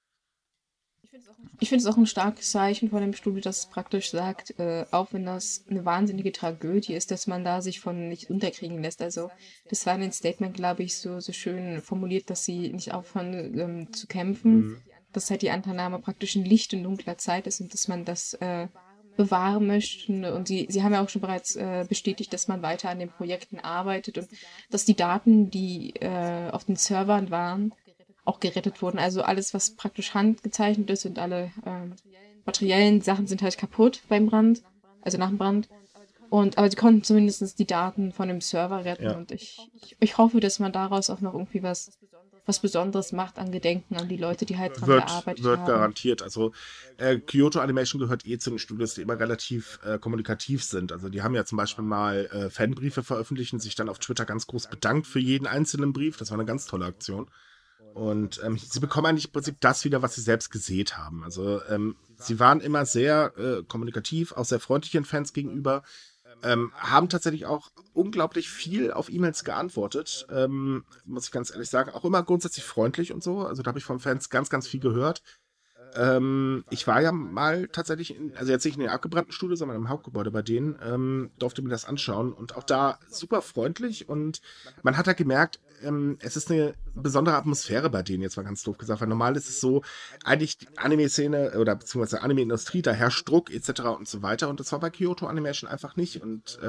Ich finde es auch ein starkes Zeichen von dem Studio, dass es praktisch sagt, auch wenn das eine wahnsinnige Tragödie ist, dass man da sich von nicht unterkriegen lässt. Also das war in dem Statement, glaube ich, so schön formuliert, dass sie nicht aufhören zu kämpfen, dass halt die Anteilnahme praktisch in Licht und dunkler Zeit ist und dass man das bewahren möchte. Und sie haben ja auch schon bereits bestätigt, dass man weiter an den Projekten arbeitet und dass die Daten, die auf den Servern waren, auch gerettet wurden. Also alles, was praktisch handgezeichnet ist und alle materiellen Sachen sind halt kaputt beim Brand, also nach dem Brand. Aber sie konnten zumindest die Daten von dem Server retten Ja. und ich hoffe, dass man daraus auch noch irgendwie was Besonderes macht an Gedenken an die Leute, die halt dran gearbeitet Wird haben. garantiert. Also Kyoto Animation gehört zu den Studios, die immer relativ kommunikativ sind. Also die haben ja zum Beispiel mal Fanbriefe veröffentlicht und sich dann auf Twitter ganz groß bedankt für jeden einzelnen Brief. Das war eine ganz tolle Aktion. Und sie bekommen eigentlich im Prinzip das wieder, was sie selbst gesät haben. Also sie waren immer sehr kommunikativ, auch sehr freundlich den Fans gegenüber, haben tatsächlich auch unglaublich viel auf E-Mails geantwortet, muss ich ganz ehrlich sagen. Auch immer grundsätzlich freundlich und so. Also da habe ich von Fans ganz, ganz viel gehört. Ich war ja mal tatsächlich, also jetzt nicht in den abgebrannten Studio, sondern im Hauptgebäude bei denen, durfte mir das anschauen und auch da super freundlich und man hat da gemerkt, es ist eine besondere Atmosphäre bei denen, jetzt mal ganz doof gesagt, weil normal ist es so, eigentlich die Anime-Szene oder beziehungsweise Anime-Industrie, da herrscht Druck etc. und so weiter und das war bei Kyoto Animation einfach nicht und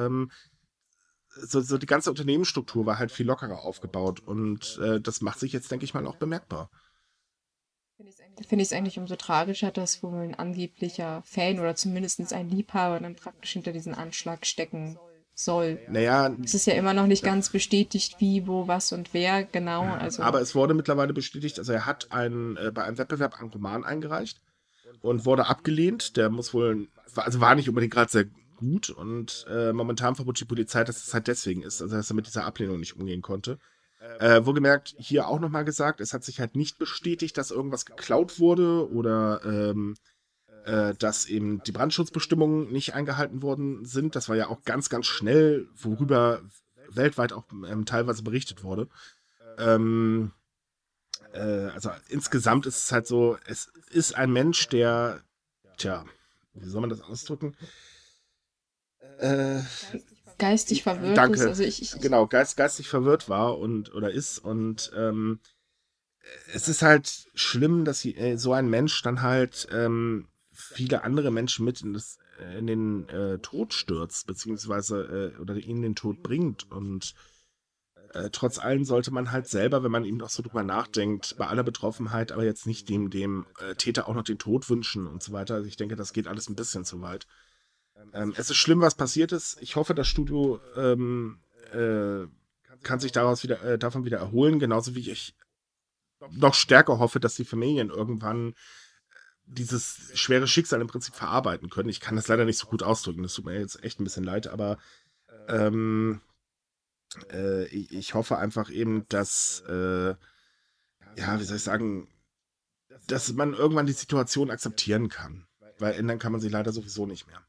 so die ganze Unternehmensstruktur war halt viel lockerer aufgebaut und das macht sich jetzt, denke ich mal, auch bemerkbar. Finde ich es eigentlich umso tragischer, dass wohl ein angeblicher Fan oder zumindest ein Liebhaber dann praktisch hinter diesen Anschlag stecken soll. Naja, Es ist ja immer noch nicht ganz bestätigt, wie, wo, was und wer genau. Also aber es wurde mittlerweile bestätigt, also er hat bei einem Wettbewerb einen Roman eingereicht und wurde abgelehnt. Der muss wohl, also war nicht unbedingt gerade sehr gut und momentan vermutet die Polizei, dass es halt deswegen ist, also dass er mit dieser Ablehnung nicht umgehen konnte. Wohlgemerkt, hier auch nochmal gesagt, es hat sich halt nicht bestätigt, dass irgendwas geklaut wurde oder dass eben die Brandschutzbestimmungen nicht eingehalten worden sind. Das war ja auch ganz, ganz schnell, worüber weltweit auch teilweise berichtet wurde. Also insgesamt ist es halt so, es ist ein Mensch, der tja, wie soll man das ausdrücken? Äh, Geistig verwirrt ist. Danke. Also ich Genau, geistig verwirrt war oder ist. Und es ist halt schlimm, dass so ein Mensch dann halt viele andere Menschen mit in den Tod stürzt, beziehungsweise oder ihn in den Tod bringt. Und trotz allem sollte man halt selber, wenn man eben auch so drüber nachdenkt, bei aller Betroffenheit, aber jetzt nicht dem Täter auch noch den Tod wünschen und so weiter. Also ich denke, das geht alles ein bisschen zu weit. Es ist schlimm, was passiert ist. Ich hoffe, das Studio äh, kann sich davon wieder erholen, genauso wie ich noch stärker hoffe, dass die Familien irgendwann dieses schwere Schicksal im Prinzip verarbeiten können. Ich kann das leider nicht so gut ausdrücken, das tut mir jetzt echt ein bisschen leid, aber ähm, ich hoffe einfach eben, dass, ja, wie soll ich sagen, dass man irgendwann die Situation akzeptieren kann. Weil ändern kann man sie leider sowieso nicht mehr.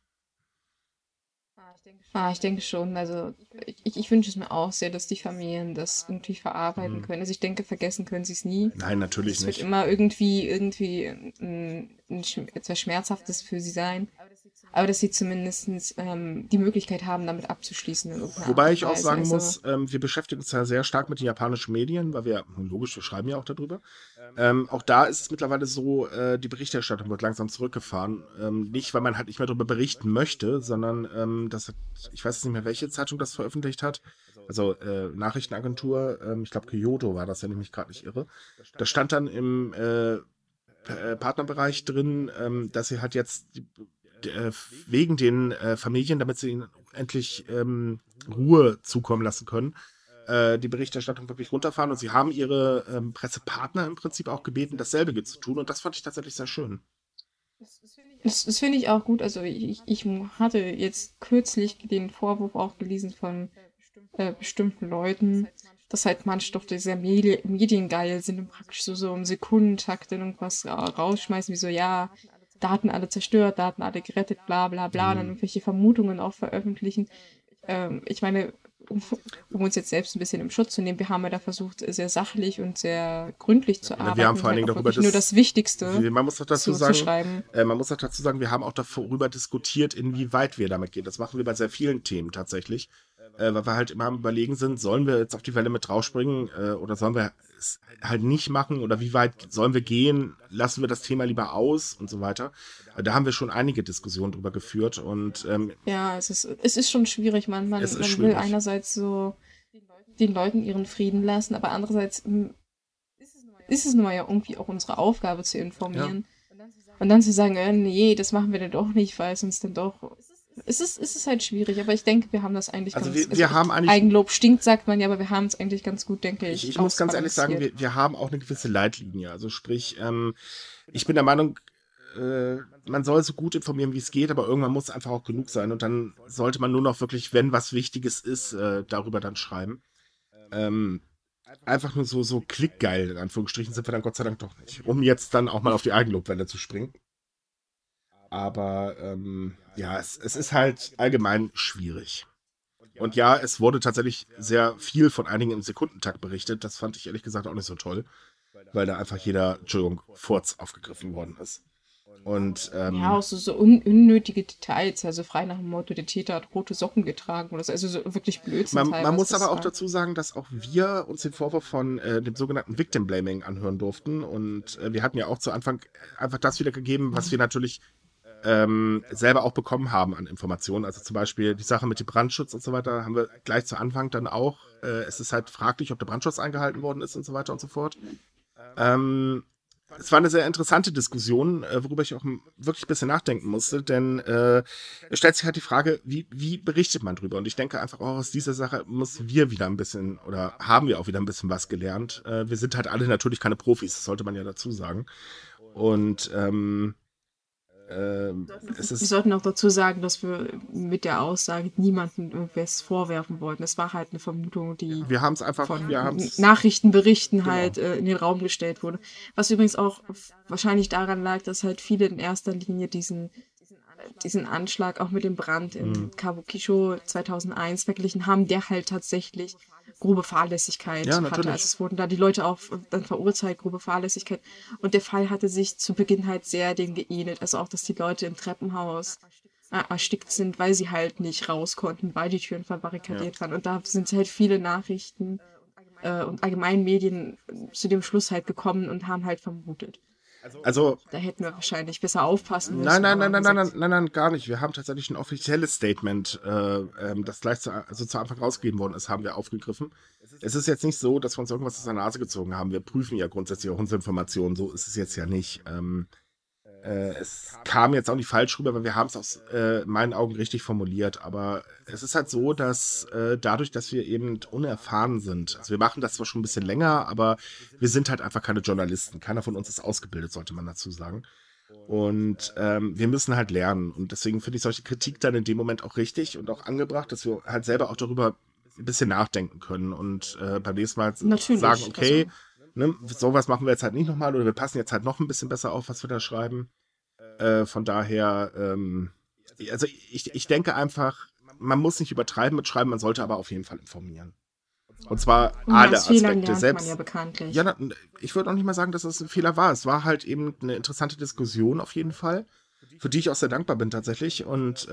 ich denke schon. Also ich wünsche es mir auch sehr, dass die Familien das irgendwie verarbeiten Hm. können. Also ich denke, vergessen können sie es nie. Nein, natürlich Es wird nicht. immer irgendwie etwas Schmerzhaftes für sie sein. Aber dass sie zumindest die Möglichkeit haben, damit abzuschließen in irgendeiner Art Wobei und ich auch Weise. sagen Also muss, wir beschäftigen uns ja sehr stark mit den japanischen Medien, weil wir, logisch, wir schreiben ja auch darüber. Auch da ist es mittlerweile so, die Berichterstattung wird langsam zurückgefahren. Nicht, weil man halt nicht mehr darüber berichten möchte, sondern ich weiß jetzt nicht mehr, welche Zeitung das veröffentlicht hat. Also Nachrichtenagentur, ich glaube Kyoto war das, wenn ich mich gerade nicht irre. Da stand dann im Partnerbereich drin, dass sie halt jetzt wegen den Familien, damit sie ihnen endlich Ruhe zukommen lassen können, die Berichterstattung wirklich runterfahren. Und sie haben ihre Pressepartner im Prinzip auch gebeten, dasselbe zu tun. Und das fand ich tatsächlich sehr schön. das finde ich auch gut. Also ich hatte jetzt kürzlich den Vorwurf auch gelesen von bestimmten Leuten, dass halt manche doch sehr mediengeil sind und praktisch so im Sekundentakt irgendwas rausschmeißen, wie so, ja, Daten alle zerstört, Daten alle gerettet, bla bla bla, dann Hm. irgendwelche Vermutungen auch veröffentlichen. Ich meine, um uns jetzt selbst ein bisschen im Schutz zu nehmen, wir haben ja da versucht, sehr sachlich und sehr gründlich zu Wir haben arbeiten vor und allen halt Dingen auch darüber, wirklich nur das Wichtigste man muss doch dazu zu sagen, schreiben. wir haben auch darüber diskutiert, inwieweit wir damit gehen. Das machen wir bei sehr vielen Themen tatsächlich. Weil wir halt immer am Überlegen sind, sollen wir jetzt auf die Welle mit draufspringen oder sollen wir es halt nicht machen oder wie weit sollen wir gehen, lassen wir das Thema lieber aus und so weiter. Da haben wir schon einige Diskussionen drüber geführt und Ja, es ist schon schwierig. es ist Man will schwierig. einerseits so den Leuten ihren Frieden lassen, aber andererseits ist es nun mal ja irgendwie auch unsere Aufgabe zu Ja. informieren. Und dann zu sagen, nee, das machen wir dann doch nicht, weil es uns dann doch. Es ist halt schwierig, aber ich denke, wir haben das eigentlich Also ganz. wir haben eigentlich, Eigenlob stinkt, sagt man ja, aber wir haben es eigentlich ganz gut, denke ich ich, muss ganz ehrlich sagen, ausbalanciert. wir haben auch eine gewisse Leitlinie. Also sprich, ich bin der Meinung, man soll so gut informieren, wie es geht, aber irgendwann muss es einfach auch genug sein. Und dann sollte man nur noch wirklich, wenn was Wichtiges ist, darüber dann schreiben. Ähm, einfach nur so klickgeil, in Anführungsstrichen, sind wir dann Gott sei Dank doch nicht. Um jetzt dann auch mal auf die Eigenlobwelle zu springen. Aber ja, es ist halt allgemein schwierig. Und ja, es wurde tatsächlich sehr viel von einigen im Sekundentakt berichtet. Das fand ich ehrlich gesagt auch nicht so toll, weil da einfach Entschuldigung, Furz aufgegriffen worden ist. Und Ja, auch so unnötige Details, also frei nach dem Motto, der Täter hat rote Socken getragen oder so, also so wirklich Blödsinn man teilweise, muss aber das auch war. dazu sagen, dass auch wir uns den Vorwurf von dem sogenannten Victim Blaming anhören durften. Und wir hatten ja auch zu Anfang einfach das wiedergegeben, was wir natürlich selber auch bekommen haben an Informationen. Also zum Beispiel die Sache mit dem Brandschutz und so weiter haben wir gleich zu Anfang dann auch. Es ist halt fraglich, ob der Brandschutz eingehalten worden ist und so weiter und so fort. Es war eine sehr interessante Diskussion, worüber ich auch wirklich ein bisschen nachdenken musste, denn es stellt sich halt die Frage, wie berichtet man drüber? Und ich denke einfach auch, aus dieser Sache müssen wir wieder ein bisschen oder haben wir auch wieder ein bisschen was gelernt. Wir sind halt alle natürlich keine Profis, das sollte man ja dazu sagen. Und es Wir ist, sollten auch dazu sagen, dass wir mit der Aussage niemandem irgendwas vorwerfen wollten. Es war halt eine Vermutung, die wir haben es einfach, wir haben von es, Nachrichtenberichten genau. halt in den Raum gestellt wurde. Was übrigens auch wahrscheinlich daran lag, dass halt viele in erster Linie diesen Anschlag auch mit dem Brand in Kabukicho 2001 verglichen haben, der halt tatsächlich grobe Fahrlässigkeit Ja, hatte. natürlich. Also es wurden da die Leute auch dann verurteilt, grobe Fahrlässigkeit. Und der Fall hatte sich zu Beginn halt sehr dem geähnelt. Also auch, dass die Leute im Treppenhaus erstickt sind, weil sie halt nicht raus konnten, weil die Türen verbarrikadiert waren. Und da sind halt viele Nachrichten und allgemein Medien zu dem Schluss halt gekommen und haben halt vermutet. Also, Da hätten wir wahrscheinlich besser aufpassen müssen. nein, aber wie gesagt, gar nicht. Wir haben tatsächlich ein offizielles Statement, das gleich zu Anfang rausgegeben worden ist, haben wir aufgegriffen. Es ist jetzt nicht so, dass wir uns irgendwas aus der Nase gezogen haben. Wir prüfen ja grundsätzlich auch unsere Informationen. So ist es jetzt ja nicht. Es kam jetzt auch nicht falsch rüber, weil wir haben es aus meinen Augen richtig formuliert. Aber es ist halt so, dass dadurch, dass wir eben unerfahren sind, also wir machen das zwar schon ein bisschen länger, aber wir sind halt einfach keine Journalisten. Keiner von uns ist ausgebildet, sollte man dazu sagen. Und wir müssen halt lernen. Und deswegen finde ich solche Kritik dann in dem Moment auch richtig und auch angebracht, dass wir halt selber auch darüber ein bisschen nachdenken können und beim nächsten Mal natürlich. sagen, okay, ne, sowas machen wir jetzt halt nicht nochmal oder wir passen jetzt halt noch ein bisschen besser auf, was wir da schreiben. Von daher, also ich denke einfach, man muss nicht übertreiben mit Schreiben, man sollte aber auf jeden Fall informieren. Und zwar Und alle aus Fehlern Aspekte. lernt Selbst, man ja bekanntlich. ja, ich würde auch nicht mal sagen, dass das ein Fehler war. Es war halt eben eine interessante Diskussion auf jeden Fall, für die ich auch sehr dankbar bin tatsächlich. Und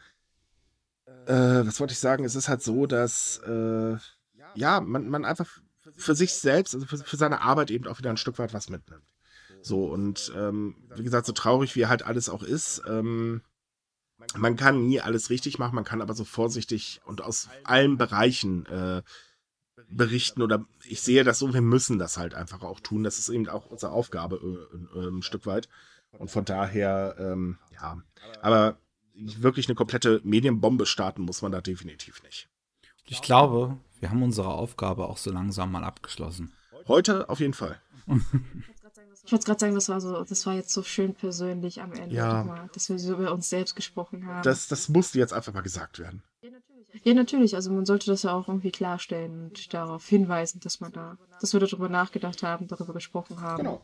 was wollte ich sagen? Es ist halt so, dass ja, man einfach für sich selbst, also für seine Arbeit eben auch wieder ein Stück weit was mitnimmt. So, und wie gesagt, so traurig wie halt alles auch ist, man kann nie alles richtig machen, man kann aber so vorsichtig und aus allen Bereichen berichten oder ich sehe das so, wir müssen das halt einfach auch tun. Das ist eben auch unsere Aufgabe ein Stück weit. Und von daher, ja, aber wirklich eine komplette Medienbombe starten muss man da definitiv nicht. Ich glaube, wir haben unsere Aufgabe auch so langsam mal abgeschlossen. Heute auf jeden Fall. Ich wollte gerade sagen, das war jetzt so schön persönlich am Ende, Ja. nochmal, dass wir so über uns selbst gesprochen haben. Das musste jetzt einfach mal gesagt werden. Ja, natürlich. Also man sollte das ja auch irgendwie klarstellen und darauf hinweisen, dass wir darüber nachgedacht haben, darüber gesprochen haben. Genau.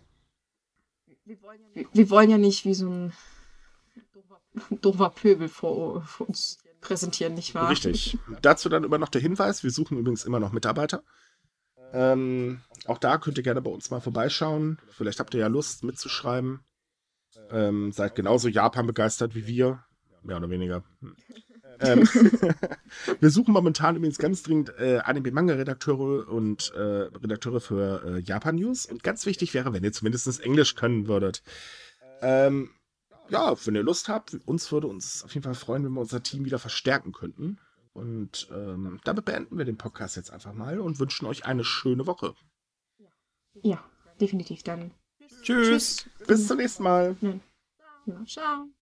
Wir wollen ja nicht wie so ein doofer Pöbel vor uns präsentieren, nicht wahr? Richtig. Dazu dann immer noch der Hinweis, wir suchen übrigens immer noch Mitarbeiter. Auch da könnt ihr gerne bei uns mal vorbeischauen. Vielleicht habt ihr ja Lust mitzuschreiben. Seid genauso Japan begeistert wie wir. Mehr oder weniger. Wir suchen momentan übrigens ganz dringend Anime-Manga-Redakteure und Redakteure für Japan News. Und ganz wichtig wäre, wenn ihr zumindest Englisch können würdet. Ja, wenn ihr Lust habt, uns würde uns auf jeden Fall freuen, wenn wir unser Team wieder verstärken könnten. Und damit beenden wir den Podcast jetzt einfach mal und wünschen euch eine schöne Woche. Ja, definitiv. Dann Tschüss. Bis zum nächsten Mal. ja, ciao.